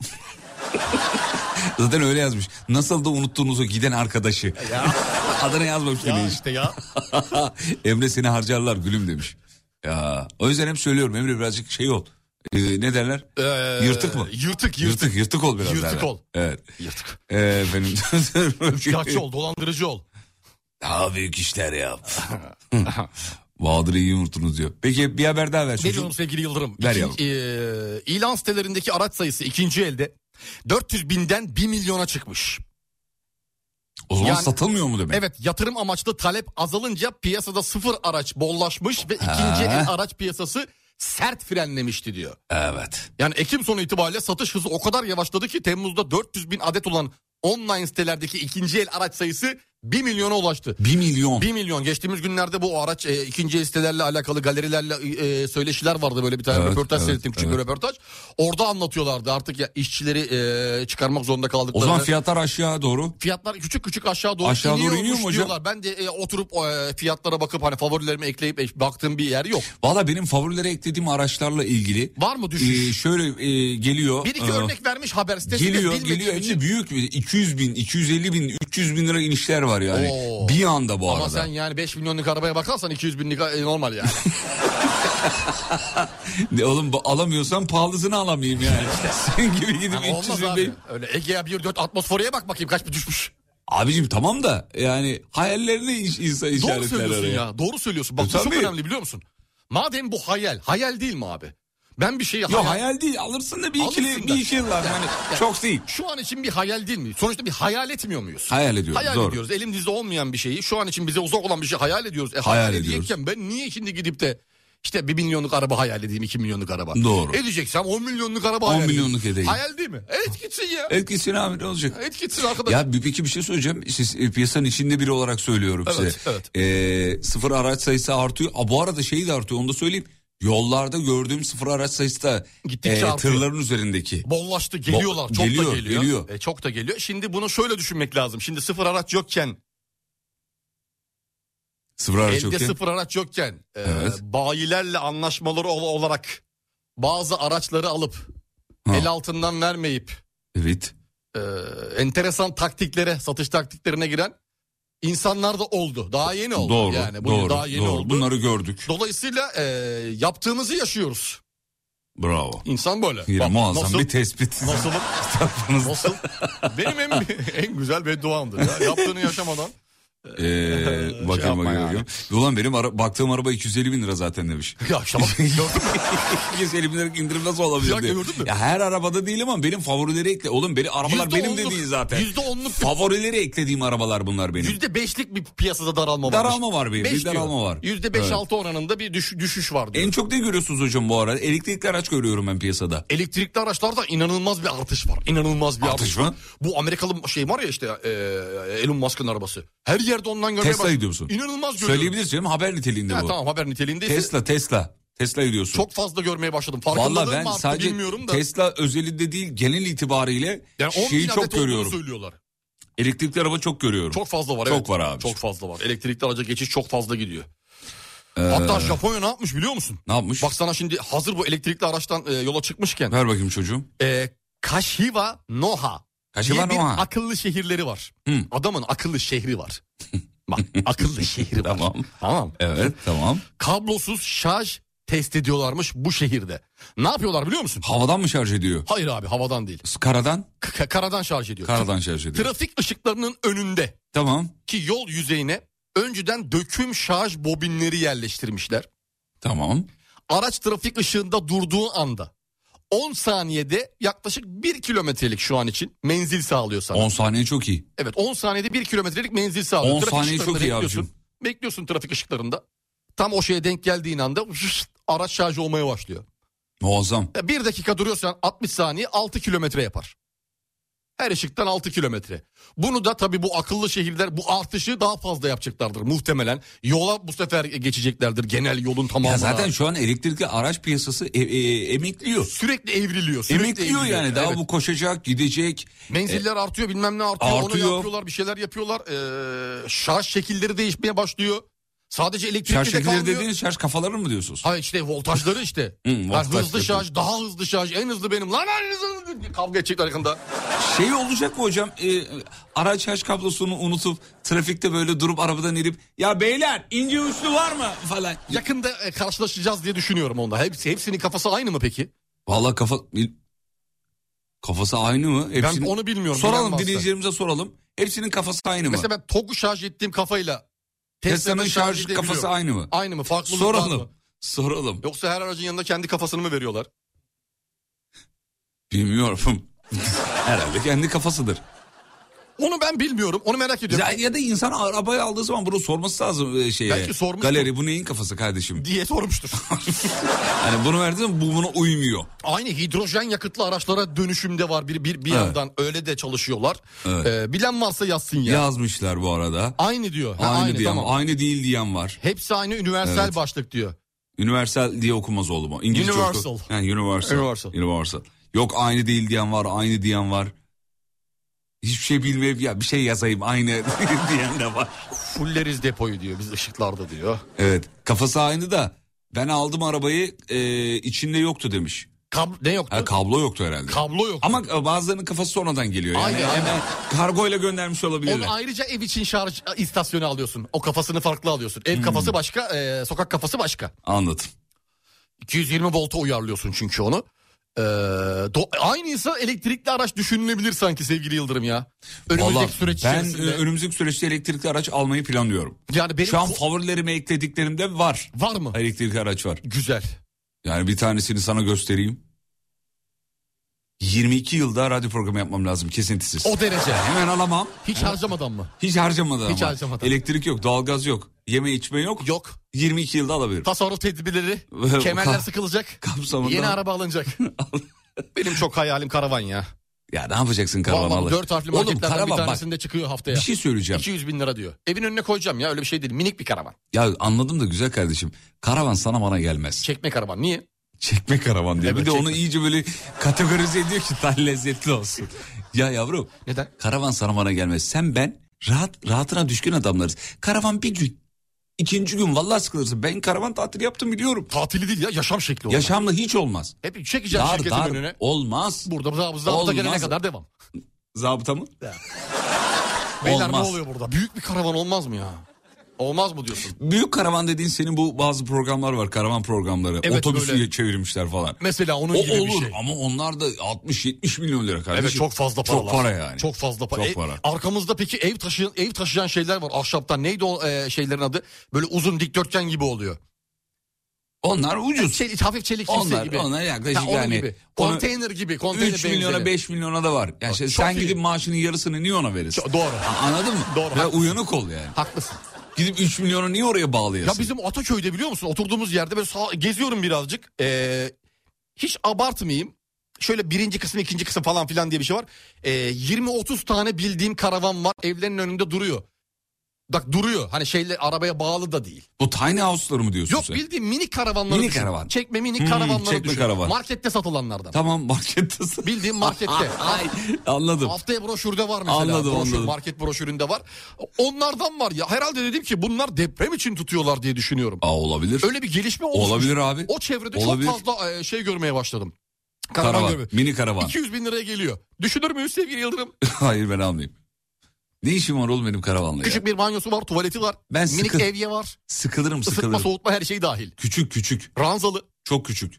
Zaten öyle yazmış. Nasıl da unuttuğunuz o giden arkadaşı. Ya. Adını yazmamış Ya demiş. işte ya. Emre seni harcarlar gülüm demiş. Ya o yüzden hep söylüyorum Emre birazcık şey ol. Ee, ne derler? Ee, yırtık mı? Yırtık, yırtık. Yırtık, yırtık ol biraz Yırtık derler. ol. Evet. Yırtık. Ee, benim... Üçkağıtçı ol, dolandırıcı ol. Daha büyük işler yap. Bahadır'ı iyi unutunuz diyor. Peki bir haber daha ver çocuğum. Veriyorum sevgili Yıldırım. Ver İkinci, e, ilan sitelerindeki araç sayısı ikinci elde dört yüz binden bir milyona çıkmış. O zaman Yani, satılmıyor mu demek? Evet, yatırım amaçlı talep azalınca piyasada sıfır araç bollaşmış ve ikinci Ha. el araç piyasası sert frenlemişti diyor. Evet. Yani Ekim sonu itibariyle satış hızı o kadar yavaşladı ki Temmuz'da dört yüz bin adet olan online sitelerdeki ikinci el araç sayısı bir milyona ulaştı. bir milyon. bir milyon. Geçtiğimiz günlerde bu araç e, ikinci el sitelerle alakalı galerilerle e, söyleşiler vardı. Böyle bir tane Evet, röportaj evet, seyrettim. Küçük evet. bir röportaj. Orada anlatıyorlardı artık ya işçileri e, çıkarmak zorunda O kaldıklarını. zaman fiyatlar aşağı doğru. Fiyatlar küçük küçük aşağı doğru Aşağı doğru iniyormuş iniyor mu hocam? diyorlar. Ben de e, oturup e, fiyatlara bakıp hani favorilerimi ekleyip e, baktığım bir yer yok. Valla benim favorilere eklediğim araçlarla ilgili. Var mı düşüş? Ee, şöyle e, geliyor. Bir iki e, örnek vermiş haber sitesinde. Geliyor bilmediğim geliyor hem için. de büyük iki yüz bin, iki yüz elli bin, üç yüz bin lira inişler var yani. Oo. Bir anda bu Ama arada. sen yani beş milyonluk arabaya bakarsan iki yüz binlik e, normal yani. Ne oğlum bu- alamıyorsan pahalısını alamayayım yani. Sen gibi gidip Ama üç olmaz yüz abi. bin. Öyle Egea bir dört atmosferiye bak bakayım kaç bir düşmüş. Abicim tamam da yani hayallerini iş, insan Doğru işaretler söylüyorsun araya. ya. Doğru söylüyorsun. Bak E, bu çok tabii. önemli biliyor musun? Madem bu hayal. Hayal değil mi abi? Ben bir şeyi Yok hayal... hayal değil alırsın da bir Alırsın ikili da. bir iki yıl var. Yani, yani çok değil. Şu an için bir hayal değil mi? Sonuçta bir hayal etmiyor muyuz? Hayal ediyoruz, Hayal doğru. ediyoruz. Elimizde olmayan bir şeyi şu an için bize uzak olan bir şey hayal ediyoruz. E, Hayal hayal ediyoruz. edecekken ben niye şimdi gidip de işte bir milyonluk araba hayal edeyim, iki milyonluk araba. Doğru. Edeceksem on milyonluk araba on hayal edeyim. milyonluk edeyim. Hayal değil mi? Et gitsin ya. Evet gitsin abi ne olacak? Et gitsin arkadaş. Ya bir- peki bir şey söyleyeceğim. Siz e, piyasanın içinde biri olarak söylüyorum Evet, size. evet. Ee, sıfır araç sayısı artıyor. Aa, bu arada şey de artıyor onu da söyleyeyim. Yollarda gördüğüm sıfır araç sayısı da Gittikçe e, artıyor. tırların üzerindeki. Bollaştı geliyorlar. Bo- çok geliyor, da geliyor. geliyor. E, çok da geliyor. Şimdi bunu şöyle düşünmek lazım. Şimdi sıfır araç yokken, Sıfır araç elde yokken. sıfır araç yokken e, Evet. bayilerle anlaşmaları ol- olarak bazı araçları alıp Ha. el altından vermeyip Evet. e, enteresan taktiklere, satış taktiklerine giren insanlar da oldu. Daha yeni oldu. Doğru. Yani bu doğru. daha yeni doğru. oldu. Bunları gördük. Dolayısıyla e, yaptığımızı yaşıyoruz. Bravo. İnsan böyle. Yine Bak, muazzam nasıl? bir tespit. Nasılım? Tarafınızda. Nasıl? Benim en, en güzel bedduamdır ya. Yaptığını yaşamadan. Ee, Şey bakayım yapma bakayım. yani. bakayım. Ulan benim ara- baktığım araba iki yüz elli bin lira zaten demiş. Ya işte bak gördün mü? iki yüz elli bin lira indirim nasıl olabilir Ya diye. gördün mü? Ya her arabada değil ama benim favorileri ekle. Oğlum benim arabalar Yüzde benim de onluk- değil zaten. yüzde onluk bir- Favorileri eklediğim arabalar bunlar benim. Yüzde beşlik bir piyasada daralma var. Daralma var benim, bir daralma var. Yüzde beş Evet. altı oranında bir düş, düşüş var diyor. En çok ne görüyorsunuz hocam bu arada? Elektrikli araç görüyorum ben piyasada. Elektrikli araçlarda inanılmaz bir artış var. İnanılmaz bir Artış artış, mı? var. Bu Amerikalı şey var ya işte e, Elon Musk'ın arabası. Her yerde ondan görmeye Tesla'yı başladım. diyorsun. İnanılmaz görüyorum. Söyleyebilirsin canım haber niteliğinde Ha, bu. tamam haber niteliğindeyse Tesla Tesla. Tesla'yı diyorsun. çok fazla görmeye başladım. Vallahi Farkındalığım ben mı arttı sadece bilmiyorum da. Tesla özelinde değil genel itibariyle Yani on şeyi bin çok adet olduğunu görüyorum. söylüyorlar. Elektrikli araba çok görüyorum. Çok fazla var. Çok evet. var abi. Çok fazla var. Elektrikli araca geçiş çok fazla gidiyor. Ee, Hatta Japonya ne yapmış biliyor musun? Ne yapmış? Bak sana şimdi hazır bu elektrikli araçtan e, yola çıkmışken. Ver bakayım çocuğum. E, Kashiwa Noha Kashiwa diye bir Noha. akıllı şehirleri var. Hı. Adamın akıllı şehri var. Bak akıllı şehri var. Tamam. Tamam. Evet tamam. Kablosuz şarj test ediyorlarmış bu şehirde. Ne yapıyorlar biliyor musun? Havadan mı şarj ediyor? Hayır abi havadan değil. Karadan? K- karadan şarj ediyor. Karadan şarj ediyor. Trafik ışıklarının önünde Tamam. ki yol yüzeyine önceden döküm şarj bobinleri yerleştirmişler. Tamam. Araç trafik ışığında durduğu anda on saniyede yaklaşık bir kilometrelik şu an için menzil sağlıyor sana. on saniye çok iyi. Evet, on saniyede bir kilometrelik menzil sağlıyor. on Trafik saniye çok ışıklarında iyi bekliyorsun. abicim. Bekliyorsun trafik ışıklarında. Tam o şeye denk geldiğin anda şşt, araç şarj olmaya başlıyor. Muazzam. Bir dakika duruyorsan altmış saniye altı kilometre yapar. Her ışıktan altı kilometre. Bunu da tabii bu akıllı şehirler bu artışı daha fazla yapacaklardır muhtemelen. Yola bu sefer geçeceklerdir genel yolun tamamına. Ya zaten şu an elektrikli araç piyasası e- e- emekliyor. Sürekli evriliyor. Sürekli Emekliyor evriliyor. yani. Daha Evet. bu koşacak, gidecek. Menziller artıyor, bilmem ne artıyor. Artıyor. Onu yapıyorlar, bir şeyler yapıyorlar. Ee, şarj şekilleri değişmeye başlıyor. Sadece elektrikli Şarj de şekilleri kalmıyor. dediğiniz şarj kafaları mı diyorsunuz? Hayır işte voltajları işte. Hı, Yani voltaj hızlı yapıyor. şarj, daha hızlı şarj, en hızlı benim. Lan en hızlı kavga edecekler yakında. Şey olacak mı hocam? E, araç şarj kablosunu unutup trafikte böyle durup arabadan inip ya beyler ince uçlu var mı falan. Yakında e, karşılaşacağız diye düşünüyorum onda. Hepsi, hepsinin kafası aynı mı peki? Vallahi kafa kafası aynı mı? Hepsinin... Ben onu bilmiyorum. Soralım, bilen varsa. dinleyicilerimize soralım. Hepsinin kafası aynı mı? Mesela ben T O G'u şarj ettiğim kafayla Tesla'nın Tesla'nın şarj edebiliyorum. kafası aynı mı? Aynı mı? Farklılık var mı? Soralım. Soralım. Yoksa her aracın yanında kendi kafasını mı veriyorlar? Bilmiyorum. Herhalde kendi kafasıdır. Onu ben bilmiyorum. Onu merak ediyorum. Ya, ya da insan arabayı aldığı zaman bunu sorması lazım e, şeye. Belki sormuştur. Galeri bu neyin kafası kardeşim? Diye sormuştur. Hani bunu verdiğin bu buna uymuyor. Aynı hidrojen yakıtlı araçlara dönüşümde var bir bir, bir Evet. yandan öyle de çalışıyorlar. Evet. Ee, bilen varsa yazsın ya. Yazmışlar bu arada. Aynı diyor. Ha, Aynı, aynı, diyen, tamam. aynı değil diyen var. Hepsi aynı üniversal Evet. başlık diyor. Universal diye okumaz oğlum o. İngilizce Universal. oku. Yani universal. Universal. Universal. Yok aynı değil diyen var, aynı diyen var. Hiçbir şey bilmeyip ya bir şey yazayım aynı diyen de var. Fulleriz depoyu diyor biz ışıklarda diyor. Evet, kafası aynı da ben aldım arabayı e, içinde yoktu demiş. Kab- ne yoktu? Ha, kablo yoktu herhalde. Kablo yok. Ama bazılarının kafası sonradan geliyor. Yani Aynen, aynen. hemen kargoyla göndermiş olabilirler. Onu ayrıca ev için şarj istasyonu alıyorsun. O kafasını farklı alıyorsun. Ev kafası başka, e, sokak kafası başka. Anladım. iki yüz yirmi volta uyarlıyorsun çünkü onu. Ee, do- aynıysa elektrikli araç düşünülebilir sanki sevgili Yıldırım ya. Önümüzdeki Vallahi süreç ben içerisinde. e, önümüzdeki süreçte elektrikli araç almayı planlıyorum. Yani benim Şu an ko- favorilerime eklediklerimde var. var mı? Elektrikli araç var. Güzel. Yani bir tanesini sana göstereyim. yirmi iki yılda radyo programı yapmam lazım kesintisiz. O derece. Hemen alamam. Hiç harcamadan mı? Hiç harcamadan Hiç ama. harcamadan. Elektrik yok, doğalgaz yok. Yeme içme yok. Yok. yirmi iki yılda alabilirim. Tasarruf tedbirleri. Kemerler sıkılacak. Kapsamında. Yeni araba alınacak. Benim çok hayalim karavan ya. Ya ne yapacaksın karavan Vallahi alır? dört harfli Oğlum marketlerden bir karavan bak. tanesinde çıkıyor haftaya. Bir şey söyleyeceğim. iki yüz bin lira diyor. Evin önüne koyacağım ya, öyle bir şey değil. Minik bir karavan. Ya anladım da güzel kardeşim. Karavan sana bana gelmez. Çekme karavan. Niye? Çekme karavan diye. Evet, bir de çekme. onu iyice böyle kategorize ediyor ki daha lezzetli olsun. Ya yavrum. Neden? Karavan sana bana gelmez. Sen ben rahat rahatına düşkün adamlarız. Karavan bir gün. İkinci gün vallahi sıkılırsın. Ben karavan tatili yaptım biliyorum. Tatili değil ya, yaşam şekli o. Yaşamla hiç olmaz. Hep çekeceğim Dar şirketin dar önüne. olmaz. Burada zabıta, zabıta Olmaz. gelene kadar devam. Zabıta mı? Beyler Olmaz. ne oluyor burada? Büyük bir karavan olmaz mı ya? Olmaz mı diyorsun? Büyük karavan dediğin senin bu bazı programlar var. Karavan programları. Evet, Otobüsü böyle. çevirmişler falan. Mesela onun O gibi olur bir şey. ama onlar da altmış yetmiş milyon lira kardeşim. Evet, çok fazla paralar. Çok para yani. Çok fazla para. Çok E, para. arkamızda peki ev taşıyan ev taşıyan şeyler var ahşaptan. Neydi o e, şeylerin adı? Böyle uzun dikdörtgen gibi oluyor. Onlar ucuz. Çelik, hafif çelik şişe Onlar, gibi. onlar yaklaşık Ha, onun yani. gibi. onu Konteyner gibi. Konteyner üç milyona benzeri. beş milyona da var. Yani işte Çok sen iyi. gidip maaşının yarısını niye ona verirsin? Çok- doğru. A- Anladın mı? Doğru, Ve haklısın. uyanık ol yani. Haklısın. Gidip üç milyonu niye oraya bağlayasın? Ya bizim Ataköy'de biliyor musun? Oturduğumuz yerde böyle sağ, geziyorum birazcık. Ee, hiç abartmayayım. Şöyle birinci kısım, ikinci kısım falan filan diye bir şey var. Ee, yirmi otuz tane bildiğim karavan var. Evlerin önünde duruyor. Bak duruyor. Hani şeyle arabaya bağlı da değil. Bu tiny house'ları mı diyorsun Yok, sen? bildiğim minik karavanları Mini düşün. karavan. Çekme minik Hmm, karavanları çekme düşün. karavan. Markette satılanlardan. Tamam markette. Bildiğim markette. Ay, anladım. Haftaya broşürde var mesela. Anladım, Broşür, anladım. market broşüründe var. Onlardan var ya. Herhalde dedim ki bunlar deprem için tutuyorlar diye düşünüyorum. Aa, olabilir. Öyle bir gelişme olmuş. Olabilir abi. O çevrede Olabilir. çok fazla e, şey görmeye başladım. Karavan, Karavan, görme. mini karavan. iki yüz bin liraya geliyor. Düşünür müyüz sevgili Yıldırım? Hayır ben almayayım. Ne işim var oğlum benim karavanla ya? Küçük bir banyosu var, tuvaleti var. Ben minik sıkı- evye var. Sıkılırım Isıtma, sıkılırım. soğutma her şey dahil. Küçük küçük. Ranzalı. Çok küçük.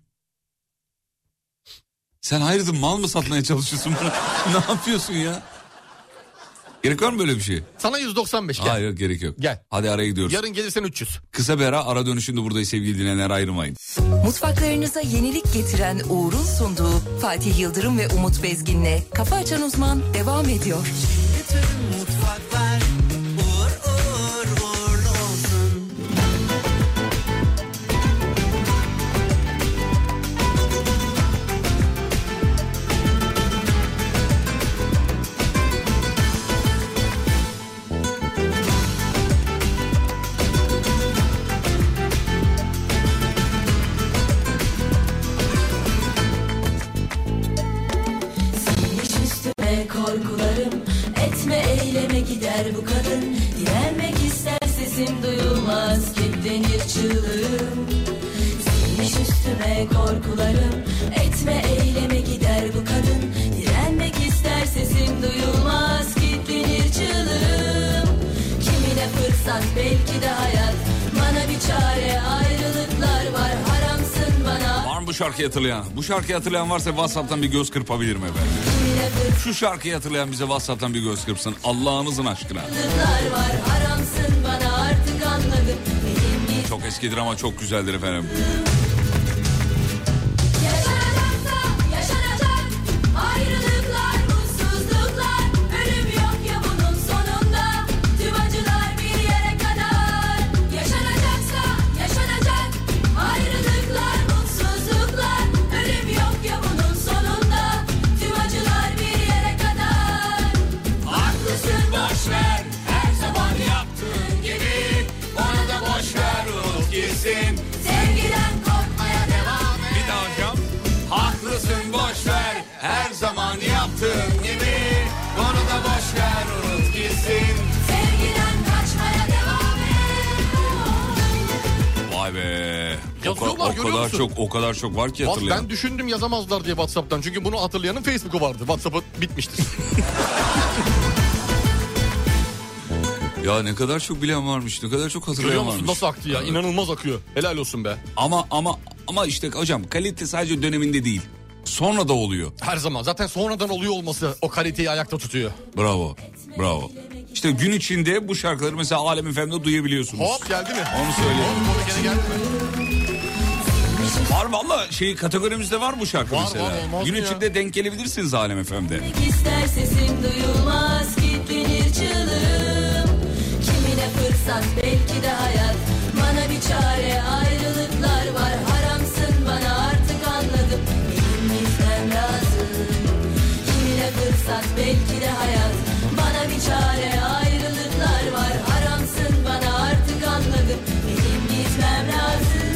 Sen hayırdır mal mı satmaya çalışıyorsun bana? Ne yapıyorsun ya? Gerek var mı böyle bir şey? Sana yüz doksan beş gel. Hayır yok, gerek yok. Gel. Hadi araya gidiyoruz. Yarın gelirsen üç yüz. Kısa bir ara, ara dönüşünde buradayız sevgili dinleyenler, ayrılmayın. Mutfaklarınıza yenilik getiren Uğur'un sunduğu Fatih Yıldırım ve Umut Bezgin'le Kafa Açan Uzman devam ediyor. Mutfaklar uğur uğur uğurlu olsun. Korkularım etme eyleme gider bu kadın. Direnmek ister sesim duyulmaz, kilitlenir çığlığım. Sinmiş üstüme korkularım etme eyleme gider bu kadın. Direnmek ister sesim duyulmaz, kilitlenir çığlığım. Kimine fırsat belki de hayat, bana bir çare ayrılıklar var, haramsın bana. Var mı bu şarkıyı hatırlayan? Bu şarkıyı hatırlayan varsa WhatsApp'tan bir göz kırpabilirim efendim. Şu şarkıyı hatırlayan bize WhatsApp'tan bir göz kırpsın. Allah'ınızın aşkına. Var, haramsın bana artık anladım. Çok eskidir ama çok güzeldir efendim. Yaşanacaksa yaşanacak ayrılıklar, mutsuzluklar. Ölüm yok ya bunun sonunda. Tüm acılar bir yere kadar. Yaşanacaksa yaşanacak ayrılıklar, mutsuzluklar. Ölüm yok ya bunun sonunda. Tüm acılar bir yere kadar. Haklısın boş ver, her zaman yaptığın gibi. Onu da boş ver, unut gitsin. Sevgiden korkmaya devam et. Bir daha hocam. Haklısın boş ver, her zaman yaptığın gibi. Onu da boş ver, unut gitsin. Sevgiden kaçmaya devam et. Vay be. O, Yazıyorlar, o görüyor kadar musun? çok, o kadar çok var ki Bak hatırlayan. ben düşündüm yazamazlar diye WhatsApp'tan. Çünkü bunu hatırlayanın Facebook'u vardı. WhatsApp'ı bitmiştir. Ya ne kadar çok bilen varmış, ne kadar çok Görüyor hatırlayan musun varmış. nasıl aktı ya? Evet. İnanılmaz akıyor. Helal olsun be. Ama ama ama işte hocam kalite sadece döneminde değil. Sonra da oluyor. Her zaman. Zaten sonradan oluyor olması o kaliteyi ayakta tutuyor. Bravo. Bravo. İşte gün içinde bu şarkıları mesela Alem F M'de duyabiliyorsunuz. Hop geldi mi? Onu söyleyeyim. Hop hop gene geldi mi? Var valla şey kategorimizde var bu şarkı Var, mesela. var, olmaz Gün mı ya? içinde denk gelebilirsiniz Alem F M'de. İster sesim duyulmaz, kilitlenir çığlığım. Kimine fırsat belki de hayat, bana bir çare ayrılıklar var. Haramsın bana artık anladım, benim gitmem lazım. Kimine fırsat belki de hayat, bana bir çare ayrılıklar var. Haramsın bana artık anladım, benim gitmem lazım.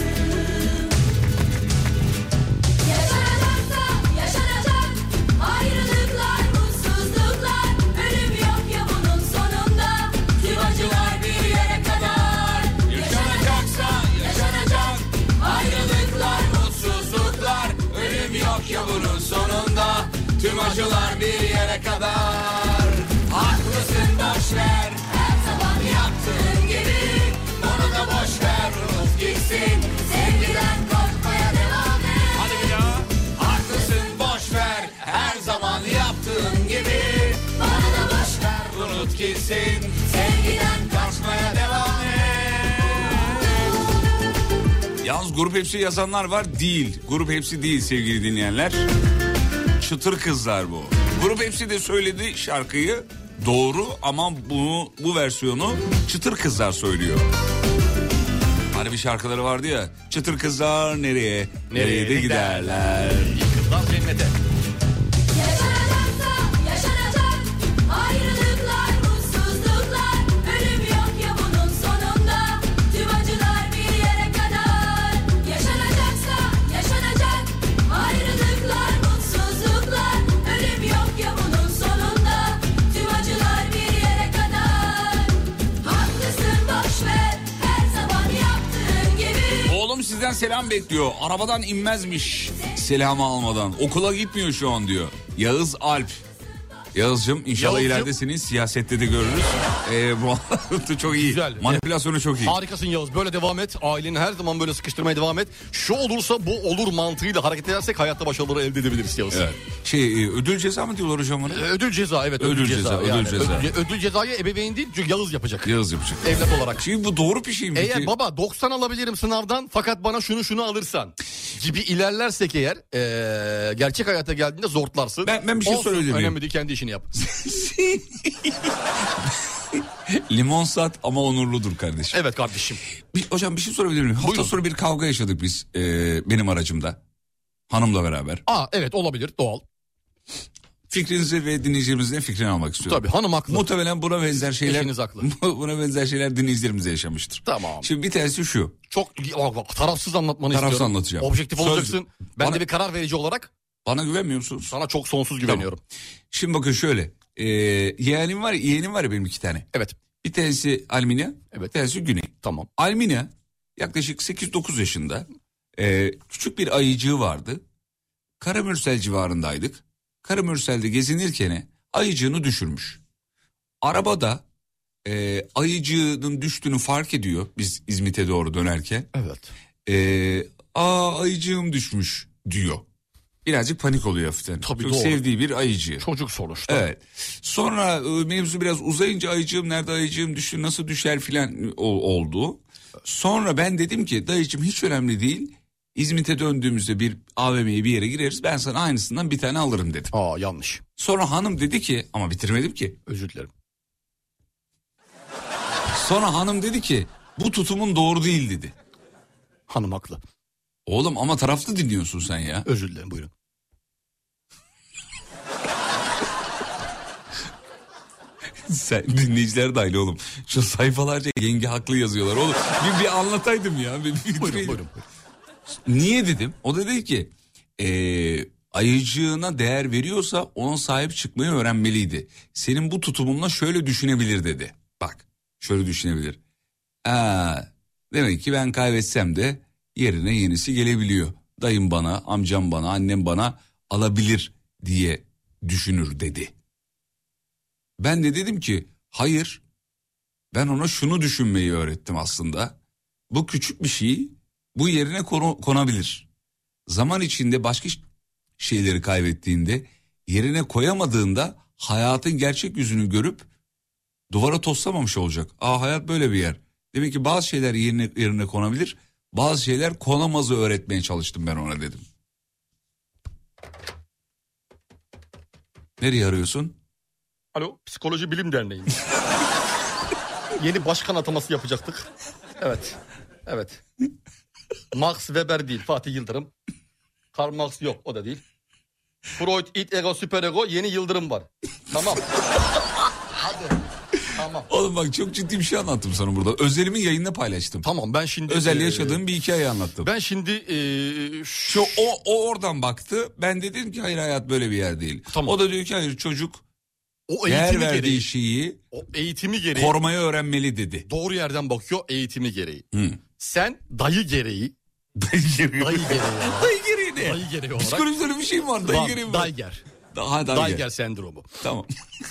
Yaşanacaksa yaşanacak ayrılıklar, mutsuzluklar. Ölüm yok ya bunun sonunda. Tüm acılar bir yere kadar. Yaşanacaksa yaşanacak ayrılıklar, mutsuzluklar. Ölüm yok ya bunun sonunda. Tüm acılar bir yere kadar. Haklısın boş ver, Her zaman yaptığın gibi. onu da boş ver, unut gitsin. Sevgiden korkmaya devam et. Hadi bir daha. Haklısın boş ver, her zaman yaptığın gibi. Bana da boş ver. Unut gitsin, Sevgiden kaçmaya devam et. Yalnız grup hepsi yazanlar var, değil. Grup hepsi değil sevgili dinleyenler. Çıtır kızlar bu. Grup hepsi de söyledi şarkıyı. Doğru ama bunu bu versiyonu Çıtır Kızlar söylüyor. Hani bir şarkıları vardı ya. Çıtır kızlar nereye? Nereye de giderler. Kızlar cennete. yaşanacaksa yaşanacak ayrılıklar, mutsuzluklar. Ölüm yok ya bunun sonunda. Tüm acılar bir yere kadar. Yaşanacaksa yaşanacak ayrılıklar, mutsuzluklar. Ölüm yok ya bunun sonunda. Tüm acılar bir yere kadar. Haklısın boş ver, her zaman yaptığın gibi. Oğlum sizden selam bekliyor. Arabadan inmezmiş selamı almadan. Okula gitmiyor şu an diyor. Yağız Alp Yağız'cığım inşallah Yağız'cığım. ileride seni siyasette de görürüz. Ee, bu anlamda çok iyi. Güzel. Manipülasyonu çok iyi. Harikasın Yağız. Böyle devam et. Aileni her zaman böyle sıkıştırmaya devam et. Şu olursa bu olur mantığıyla hareket edersek hayatta başarıları elde edebiliriz Yağız. Evet. Şey e, ödül ceza mı diyorlar hocam bana? Ödül ceza evet. Ödül, Ödül ceza. ceza, yani. ödül ceza. Ödül, ödül cezayı ebeveyn değil çünkü Yağız yapacak. Yağız yapacak. Evlat olarak. Şimdi bu doğru bir şey mi? Eğer ki? baba doksan alabilirim sınavdan fakat bana şunu şunu alırsan gibi ilerlersek eğer ee, gerçek hayata geldiğinde zortlarsın. Ben, ben bir şey Olsun, sorabilir miyim? önemli değil, kendi işini yap. Limon sat ama onurludur kardeşim. Evet kardeşim. Bir, hocam bir şey sorabilir miyim? Hafta Buyurun. sonra bir kavga yaşadık biz e, benim aracımda. Hanımla beraber. Aa evet olabilir, doğal. Fikrinizi ve dinleyicilerimizin de fikrini almak istiyorum. Tabii hanım haklı. Muhtemelen buna benzer şeyler Eşiniz haklı. buna benzer şeyler dinleyicilerimiz de yaşamıştır. Tamam. Şimdi bir tanesi şu. Çok tarafsız anlatmanı Tarafsız istiyorum. anlatacağım. Objektif Söz- olacaksın. Ben Bana- de bir karar verici olarak Bana güvenmiyor musunuz? sana çok sonsuz güveniyorum. Şimdi bakın şöyle. E, yeğenim var, yeğenim var ya benim iki tane. Evet. Bir tanesi Almina, Evet. bir tanesi Güney. Tamam. Almina yaklaşık sekiz dokuz yaşında. E, küçük bir ayıcığı vardı. Karamürsel civarındaydık. Karamürsel'de gezinirken ayıcığını düşürmüş. Arabada e, ayıcığının düştüğünü fark ediyor biz İzmit'e doğru dönerken. Evet. E, Aa ayıcığım düşmüş diyor. Birazcık panik oluyor hafiften. Tabii, Çok doğru. sevdiği bir ayıcığı. Çocuk sonuçta. Evet. Sonra e, mevzu biraz uzayınca ayıcığım nerede, ayıcığım düştü, nasıl düşer filan o- oldu. Sonra ben dedim ki dayıcığım hiç önemli değil. İzmit'e döndüğümüzde bir A V M'ye bir yere gireriz, ben sana aynısından bir tane alırım dedim. Aa yanlış. Sonra hanım dedi ki, ama bitirmedim ki. Özür dilerim. Sonra hanım dedi ki bu tutumun doğru değil dedi. Hanım haklı. Oğlum ama taraflı dinliyorsun sen ya. Özür dilerim, buyurun. Sen dinleyiciler dahil oğlum. Şu sayfalarca yenge haklı yazıyorlar oğlum. Bir, bir anlataydım ya. Bir, bir Buyurun, buyurun, buyurun. Niye dedim? O da dedi ki ee, ayıcığına değer veriyorsa ona sahip çıkmayı öğrenmeliydi. Senin bu tutumunla şöyle düşünebilir dedi. Bak şöyle düşünebilir. Aa, demek ki ben kaybetsem de yerine yenisi gelebiliyor. Dayım bana, amcam bana, annem bana alabilir diye düşünür dedi. Ben de dedim ki hayır, ben ona şunu düşünmeyi öğrettim aslında. Bu küçük bir şey bu yerine konu- konabilir. Zaman içinde başka şeyleri kaybettiğinde, yerine koyamadığında hayatın gerçek yüzünü görüp duvara toslamamış olacak. Aa hayat böyle bir yer. Demek ki bazı şeyler yerine, yerine konabilir, bazı şeyler konamazı öğretmeye çalıştım ben ona dedim. Nereye arıyorsun? Alo, Psikoloji Bilim Derneği. Yeni başkan ataması yapacaktık. Evet. Evet. Max Weber değil, Fatih Yıldırım. Karl Marx yok, o da değil. Freud, id, ego, süperego, yeni Yıldırım var. Tamam. Hadi. Tamam. Oğlum bak çok ciddi bir şey anlattım sana burada. Özelimi yayında paylaştım. Tamam ben şimdi... Özel e, yaşadığım bir hikaye anlattım. Ben şimdi... E, Şu o, o oradan baktı. Ben de dedim ki hayır hayat böyle bir yer değil. Tamam. O da diyor ki hayır çocuk o değer eğitimi verdiği gereği... şeyi O eğitimi gereği... korumayı öğrenmeli dedi. Doğru yerden bakıyor, eğitimi gereği. Hı. Sen dayı gereği... Dayı gereği. Dayı gereği olarak... Dayı gereği ne? Dayı gereği olarak... Psikolojide öyle bir şey mi var? Dayı Var, gereği mi var? Dayger. Ha, Dayger. Dayger sendromu. Tamam.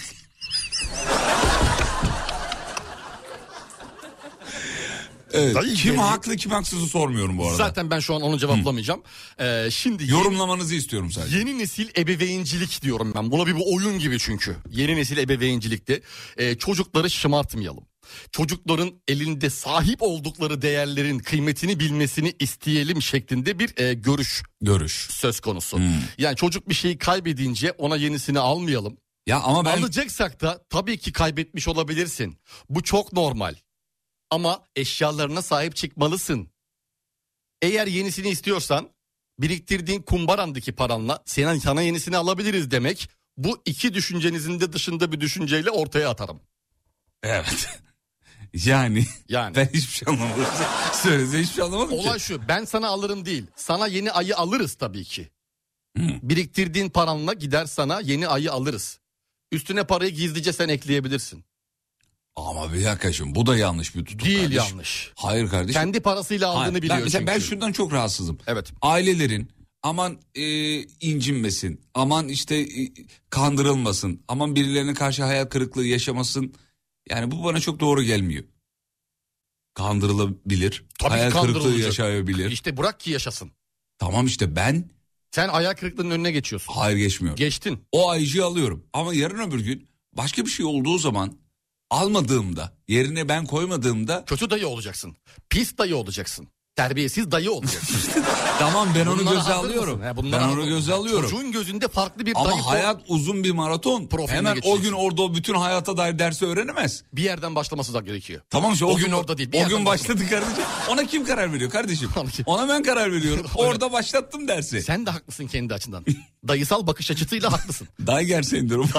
Evet. Dayı Kim gereği- haklı kim haksızı sormuyorum bu arada. Zaten ben şu an onu cevaplamayacağım. Ee, şimdi yeni, Yorumlamanızı istiyorum sadece. yeni nesil ebeveyncilik diyorum ben. Buna bir, bir oyun gibi çünkü. Yeni nesil ebeveyncilikte ee, çocukları şımartmayalım. Çocukların elinde sahip oldukları değerlerin kıymetini bilmesini isteyelim şeklinde bir ee, görüş Görüş. söz konusu. Hmm. Yani çocuk bir şeyi kaybedince ona yenisini almayalım. Ya ama ben Alacaksak da tabii ki kaybetmiş olabilirsin. Bu çok normal. Ama eşyalarına sahip çıkmalısın. Eğer yenisini istiyorsan biriktirdiğin kumbarandaki paranla sana, sana yenisini alabiliriz demek. Bu iki düşüncenizin de dışında bir düşünceyle ortaya atarım. evet. Yani, Yani. ben hiçbir şey anlamadım. Söylese hiçbir şey anlamadım Olay ki. şu, ben sana alırım değil. Sana yeni ayı alırız tabii ki. Hı. Biriktirdiğin paranla gider sana yeni ayı alırız. Üstüne parayı gizlice sen ekleyebilirsin. Ama bir dakika şimdi bu da yanlış bir tutum Değil kardeşim. yanlış. Hayır kardeşim. Kendi parasıyla aldığını Hayır, biliyor ben, mesela çünkü. ben şundan çok rahatsızım. Evet. Ailelerin aman e, incinmesin, aman işte e, kandırılmasın, aman birilerine karşı hayal kırıklığı yaşamasın. Yani bu bana çok doğru gelmiyor. Kandırılabilir, Tabii hayal kırıklığı kandırılacak. yaşayabilir. İşte bırak ki yaşasın. Tamam işte ben... Sen hayal kırıklığının önüne geçiyorsun. Hayır, geçmiyorum. Geçtin. O ayıcıyı alıyorum ama yarın öbür gün başka bir şey olduğu zaman almadığımda, yerine ben koymadığımda... Kötü dayı olacaksın. Pis dayı olacaksın. Terbiyesiz dayı olacaksın. Tamam, ben onu Bunlara göze hazır alıyorum. mısın? He, Ben bunlara onu hazır göze mısın? alıyorum. Çocuğun gözünde farklı bir Ama dayı... hayat uzun bir maraton. Profiline Hemen o geçeceksin. gün orada o bütün hayata dair dersi öğrenemez. Bir yerden başlaması da gerekiyor. Tamam işte o, O gün gün orada değil, bir O yerden gün başladı kardeşim. Ona kim karar veriyor kardeşim? Ona ben karar veriyorum. Orada başlattım dersi. Sen de haklısın kendi açından. Dayısal bakış açısıyla haklısın. Dayger sendromu.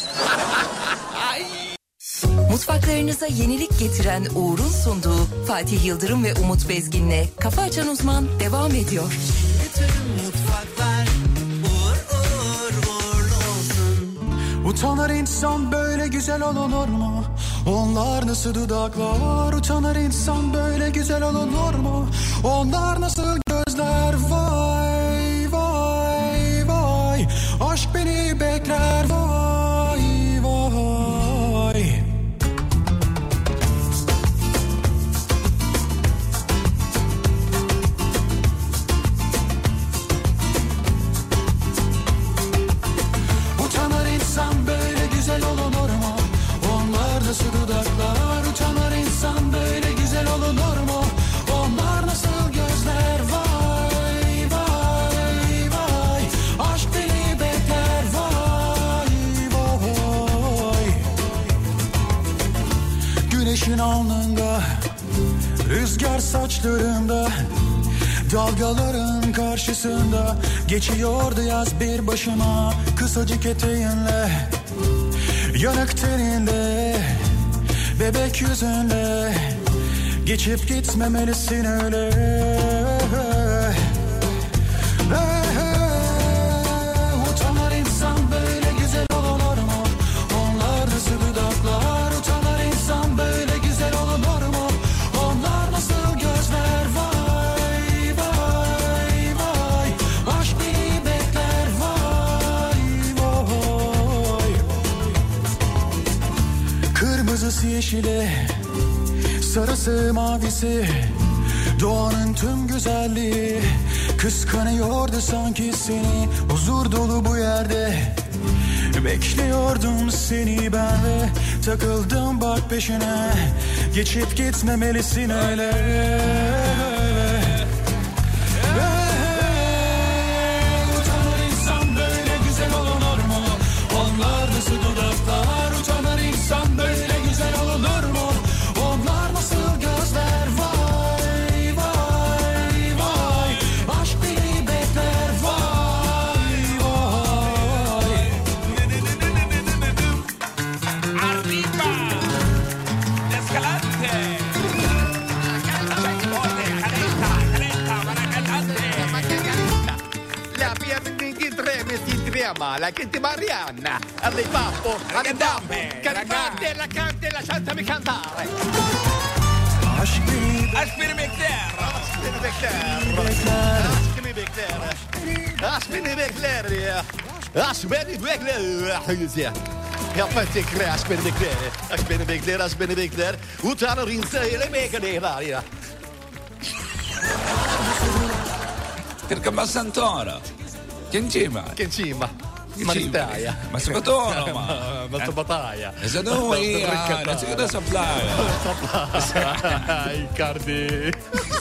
Mutfaklarınıza yenilik getiren Uğur'un sunduğu Fatih Yıldırım ve Umut Bezgin'le Kafa Açan Uzman devam ediyor. Utanır insan böyle güzel olunur mu? Onlar nasıl dudaklar? Utanır insan böyle güzel olunur mu? Onlar nasıl gözler? Vay vay vay. Aşk beni bekler. Vay vay. Utanır insan böyle güzel olunur mu? Onlar nasıl dudaklar? Utanır insan böyle güzel olunur mu? Onlar nasıl gözler? Vay vay vay. Aşk beni bekler. Vay vay. Güneşin alnında, rüzgar saçlarında, dalgaların karşısında geçiyordu yaz bir başıma. Kısacık eteğinle, yanık teninde, bebek yüzünle geçip gitmemelisin öyle. Utanır insan böyle güzel olunur mu? Onlar nasıl dudaklar? Utanır insan böyle güzel olunur mu? Onlar nasıl gözler? Vay vay vay. Aşk beni bekler. Vay vay. Kırmızısı yeşili, sarısı mavisi, doğanın tüm güzelliği kıskanıyordu sanki seni. Huzur dolu bu yerde bekliyordum seni ben ve takıldım bak peşine. Geçip gitmemelisin öyle. Utanır insan böyle güzel olunur mu? Onlar nasıl dudaklar? Utanır insan böyle güzel olunur mu? Onlar nasıl gözler? Vay vay vay. Aşk beni bekler. Vay vay. Arriba. Escalante. La mia ventitré me si trema, la gente Mariana, alle papo, alle papo, cantante, la cante, la santa mi cantare. Aşk beni Aşk beni bekler. Aşk beni bekler, aşk beni bekler, aşk beni bekler ya, aşk beni bekler. Yapma tekrar, aşk beni bekler, aşk beni bekler, aşk beni bekler. Utanır insan öyle bekler ya. Perché ma Santoro. Che insieme? Che insieme? Ma Maritaia. Ma Sapatoro, ma. Ma Sapataia. E se noi, non si chiede sapplare. Icardi.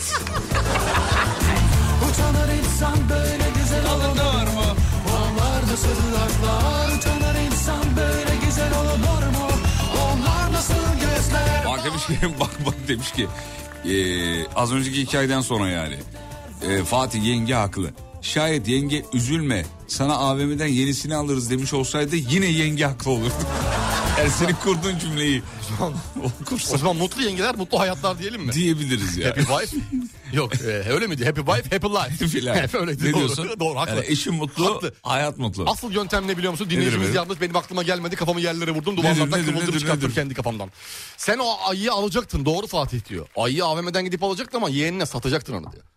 utanır insan böyle güzel olunur mu? Onlar nasıl dudaklar? Utanır insan böyle güzel olunur mu? Onlar nasıl gözler? Bak demiş ki, bak bak demiş ki. Ee, az önceki hikayeden sonra yani. Ee, Fatih yenge haklı. Şayet yenge üzülme sana A V M'den yenisini alırız demiş olsaydı yine yenge haklı olurdu. Yani senin kurduğun cümleyi okursan. O zaman mutlu yengeler, mutlu hayatlar diyelim mi? Diyebiliriz ya. Happy wife. Yok e, öyle miydi? Happy wife, happy life. Filan. Hep öyleydi. Ne Doğru. diyorsun? Doğru, haklı. Yani eşim mutlu, Haklı. hayat mutlu. Asıl yöntem ne biliyor musun? Dinleyicimiz efendim? yanlış, benim aklıma gelmedi. Kafamı yerlere vurdum. Nedir, Duvarlardan nedir, kıvılcım nedir, çıkarttım nedir? kendi kafamdan. Sen o ayıyı alacaktın. Doğru Fatih diyor. Ayıyı A V M'den gidip alacaktın ama yeğenine satacaktın onu diyor.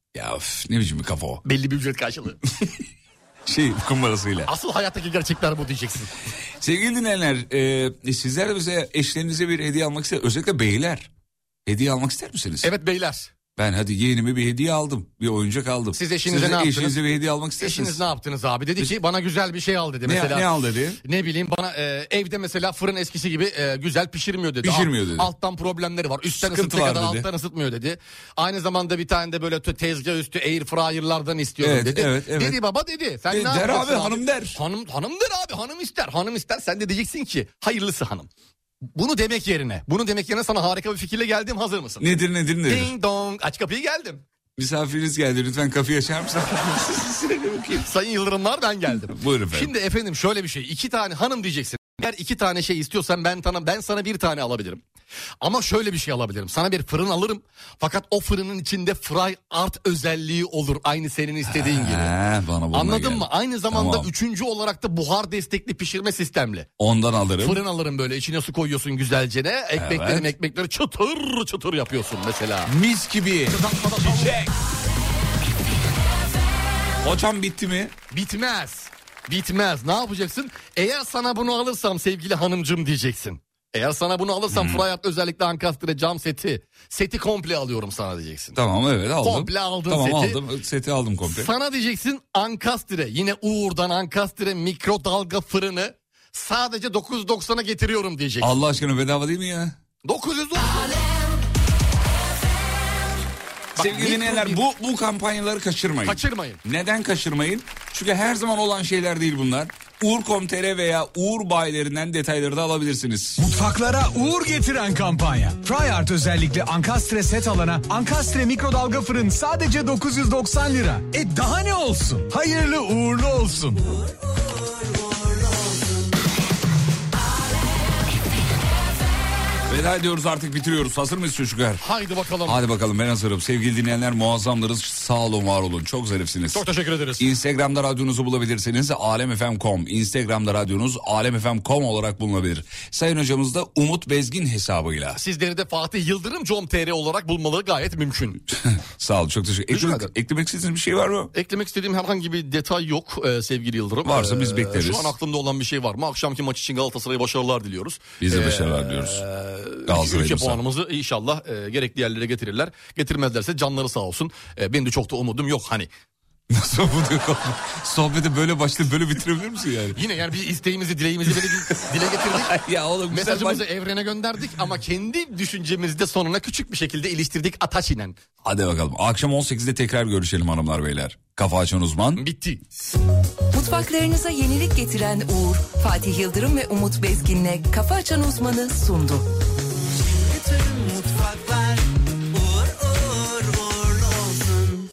Ya üf, ne biçim bir kafa o. Belli bir ücret karşılığı. Şey kumbarasıyla. Asıl hayattaki gerçekler bu diyeceksin. Sevgili dinleyenler e, sizler de bize eşlerinize bir hediye almak ister. Özellikle beyler. Hediye almak ister misiniz? Evet beyler. Ben hadi yeğenime bir hediye aldım. Bir oyuncak aldım. Siz eşinize Siz ne yaptınız? Eşinize bir hediye almak istersiniz. Eşiniz ne yaptınız abi? Dedi ki bana güzel bir şey al dedi Ne, mesela. ne al dedi? Ne bileyim bana e, evde mesela fırın eskisi gibi e, güzel pişirmiyor dedi. Pişirmiyor Alt- dedi. Alttan problemleri var. Üstten Sıkıntı ısıttığı var kadar dedi. alttan ısıtmıyor dedi. Aynı zamanda bir tane de böyle tezgah üstü air fryer'lardan istiyorum Evet, dedi. evet, evet. Dedi baba dedi. Sen E, ne der yapacaksın abi, hanım der. Hanım, hanım der abi hanım ister. Hanım ister sen de diyeceksin ki hayırlısı hanım. Bunu demek yerine. Bunu demek yerine sana harika bir fikirle geldim, hazır mısın? Nedir nedir nedir? Ding dong, aç kapıyı, geldim. Misafiriniz geldi, lütfen kapıyı açar mısın? Sayın Yıldırımlar, ben geldim. Buyurun efendim. Şimdi efendim şöyle bir şey. İki tane hanım diyeceksin. Eğer iki tane şey istiyorsan ben sana, ben sana bir tane alabilirim. Ama şöyle bir şey alabilirim. Sana bir fırın alırım. Fakat o fırının içinde fry art özelliği olur. Aynı senin istediğin gibi. He, bana bununla Anladın gel. mı? Aynı zamanda Tamam. üçüncü olarak da buhar destekli pişirme sistemli. Ondan alırım. Fırın alırım böyle, içine su koyuyorsun güzelce ne? Ekmekleri Evet. ekmekleri çıtır çıtır yapıyorsun mesela. Mis gibi. Çiçek. Hocam bitti mi? Bitmez. Bitmez. Ne yapacaksın? Eğer sana bunu alırsam sevgili hanımcım diyeceksin. Eğer sana bunu alırsam Hmm. Fryart özellikle Ankastre cam seti. Seti komple alıyorum sana diyeceksin. Tamam, evet aldım. Komple aldın tamam, seti. aldım. Seti aldım komple. Sana diyeceksin Ankastre, yine Uğur'dan Ankastre mikrodalga fırını sadece dokuz yüz doksana getiriyorum diyeceksin. Allah aşkına bedava değil mi ya? dokuz yüz doksan. Bak, Sevgili mikro dinleyenler, bir- bu bu kampanyaları kaçırmayın. Kaçırmayın. Neden kaçırmayın? Çünkü her zaman olan şeyler değil bunlar. uğur nokta com nokta tr veya Uğur bayilerinden detayları da alabilirsiniz. Mutfaklara uğur getiren kampanya. Fryart özellikle Ankastre set alana Ankastre mikrodalga fırın sadece dokuz yüz doksan lira. E daha ne olsun? Hayırlı uğurlu olsun. Veda ediyoruz, artık bitiriyoruz. Hazır mıyız çocuklar? Haydi bakalım. Hadi bakalım, ben hazırım. Sevgili dinleyenler, muazzamlarız. Sağ olun, var olun. Çok zarifsiniz. Çok teşekkür ederiz. Instagram'da radyonuzu bulabilirsiniz. alem f m nokta com. Instagram'da radyonuz alem f m nokta com olarak bulunabilir. Sayın hocamız da Umut Bezgin hesabıyla. Sizleri de Fatih Yıldırım com nokta tr olarak bulmaları gayet mümkün. Sağ olun, çok teşekkür Rica ederim. ederim. Eklemek istediğiniz bir şey var mı? Eklemek istediğim herhangi bir detay yok e, sevgili Yıldırım. Varsa biz bekleriz. Şu an aklımda olan bir şey var mı? Akşamki maç için Galatasaray'a başarılar diliyoruz. Biz de Ee, başarılar diliyoruz. Ülke Galatasaray'ımıza. puanımızı inşallah e, gerekli yerlere getirirler. Getirmezlerse canları sağ olsun. E, benim de çok da umudum yok hani. Nasıl bu? Sohbeti böyle başlayıp böyle bitirebilir misin yani? Yine yani bir isteğimizi, dileğimizi böyle bir dile getirdik. Ya oğlum, güzel Mesajımızı baş- evrene gönderdik ama kendi düşüncemizi de sonuna küçük bir şekilde iliştirdik ataç inen. Hadi bakalım. Akşam on sekizde tekrar görüşelim hanımlar beyler. Kafa Açan Uzman. Bitti. Mutfaklarınıza yenilik getiren Uğur, Fatih Yıldırım ve Umut Bezgin'le Kafa Açan Uzman'ı sundu.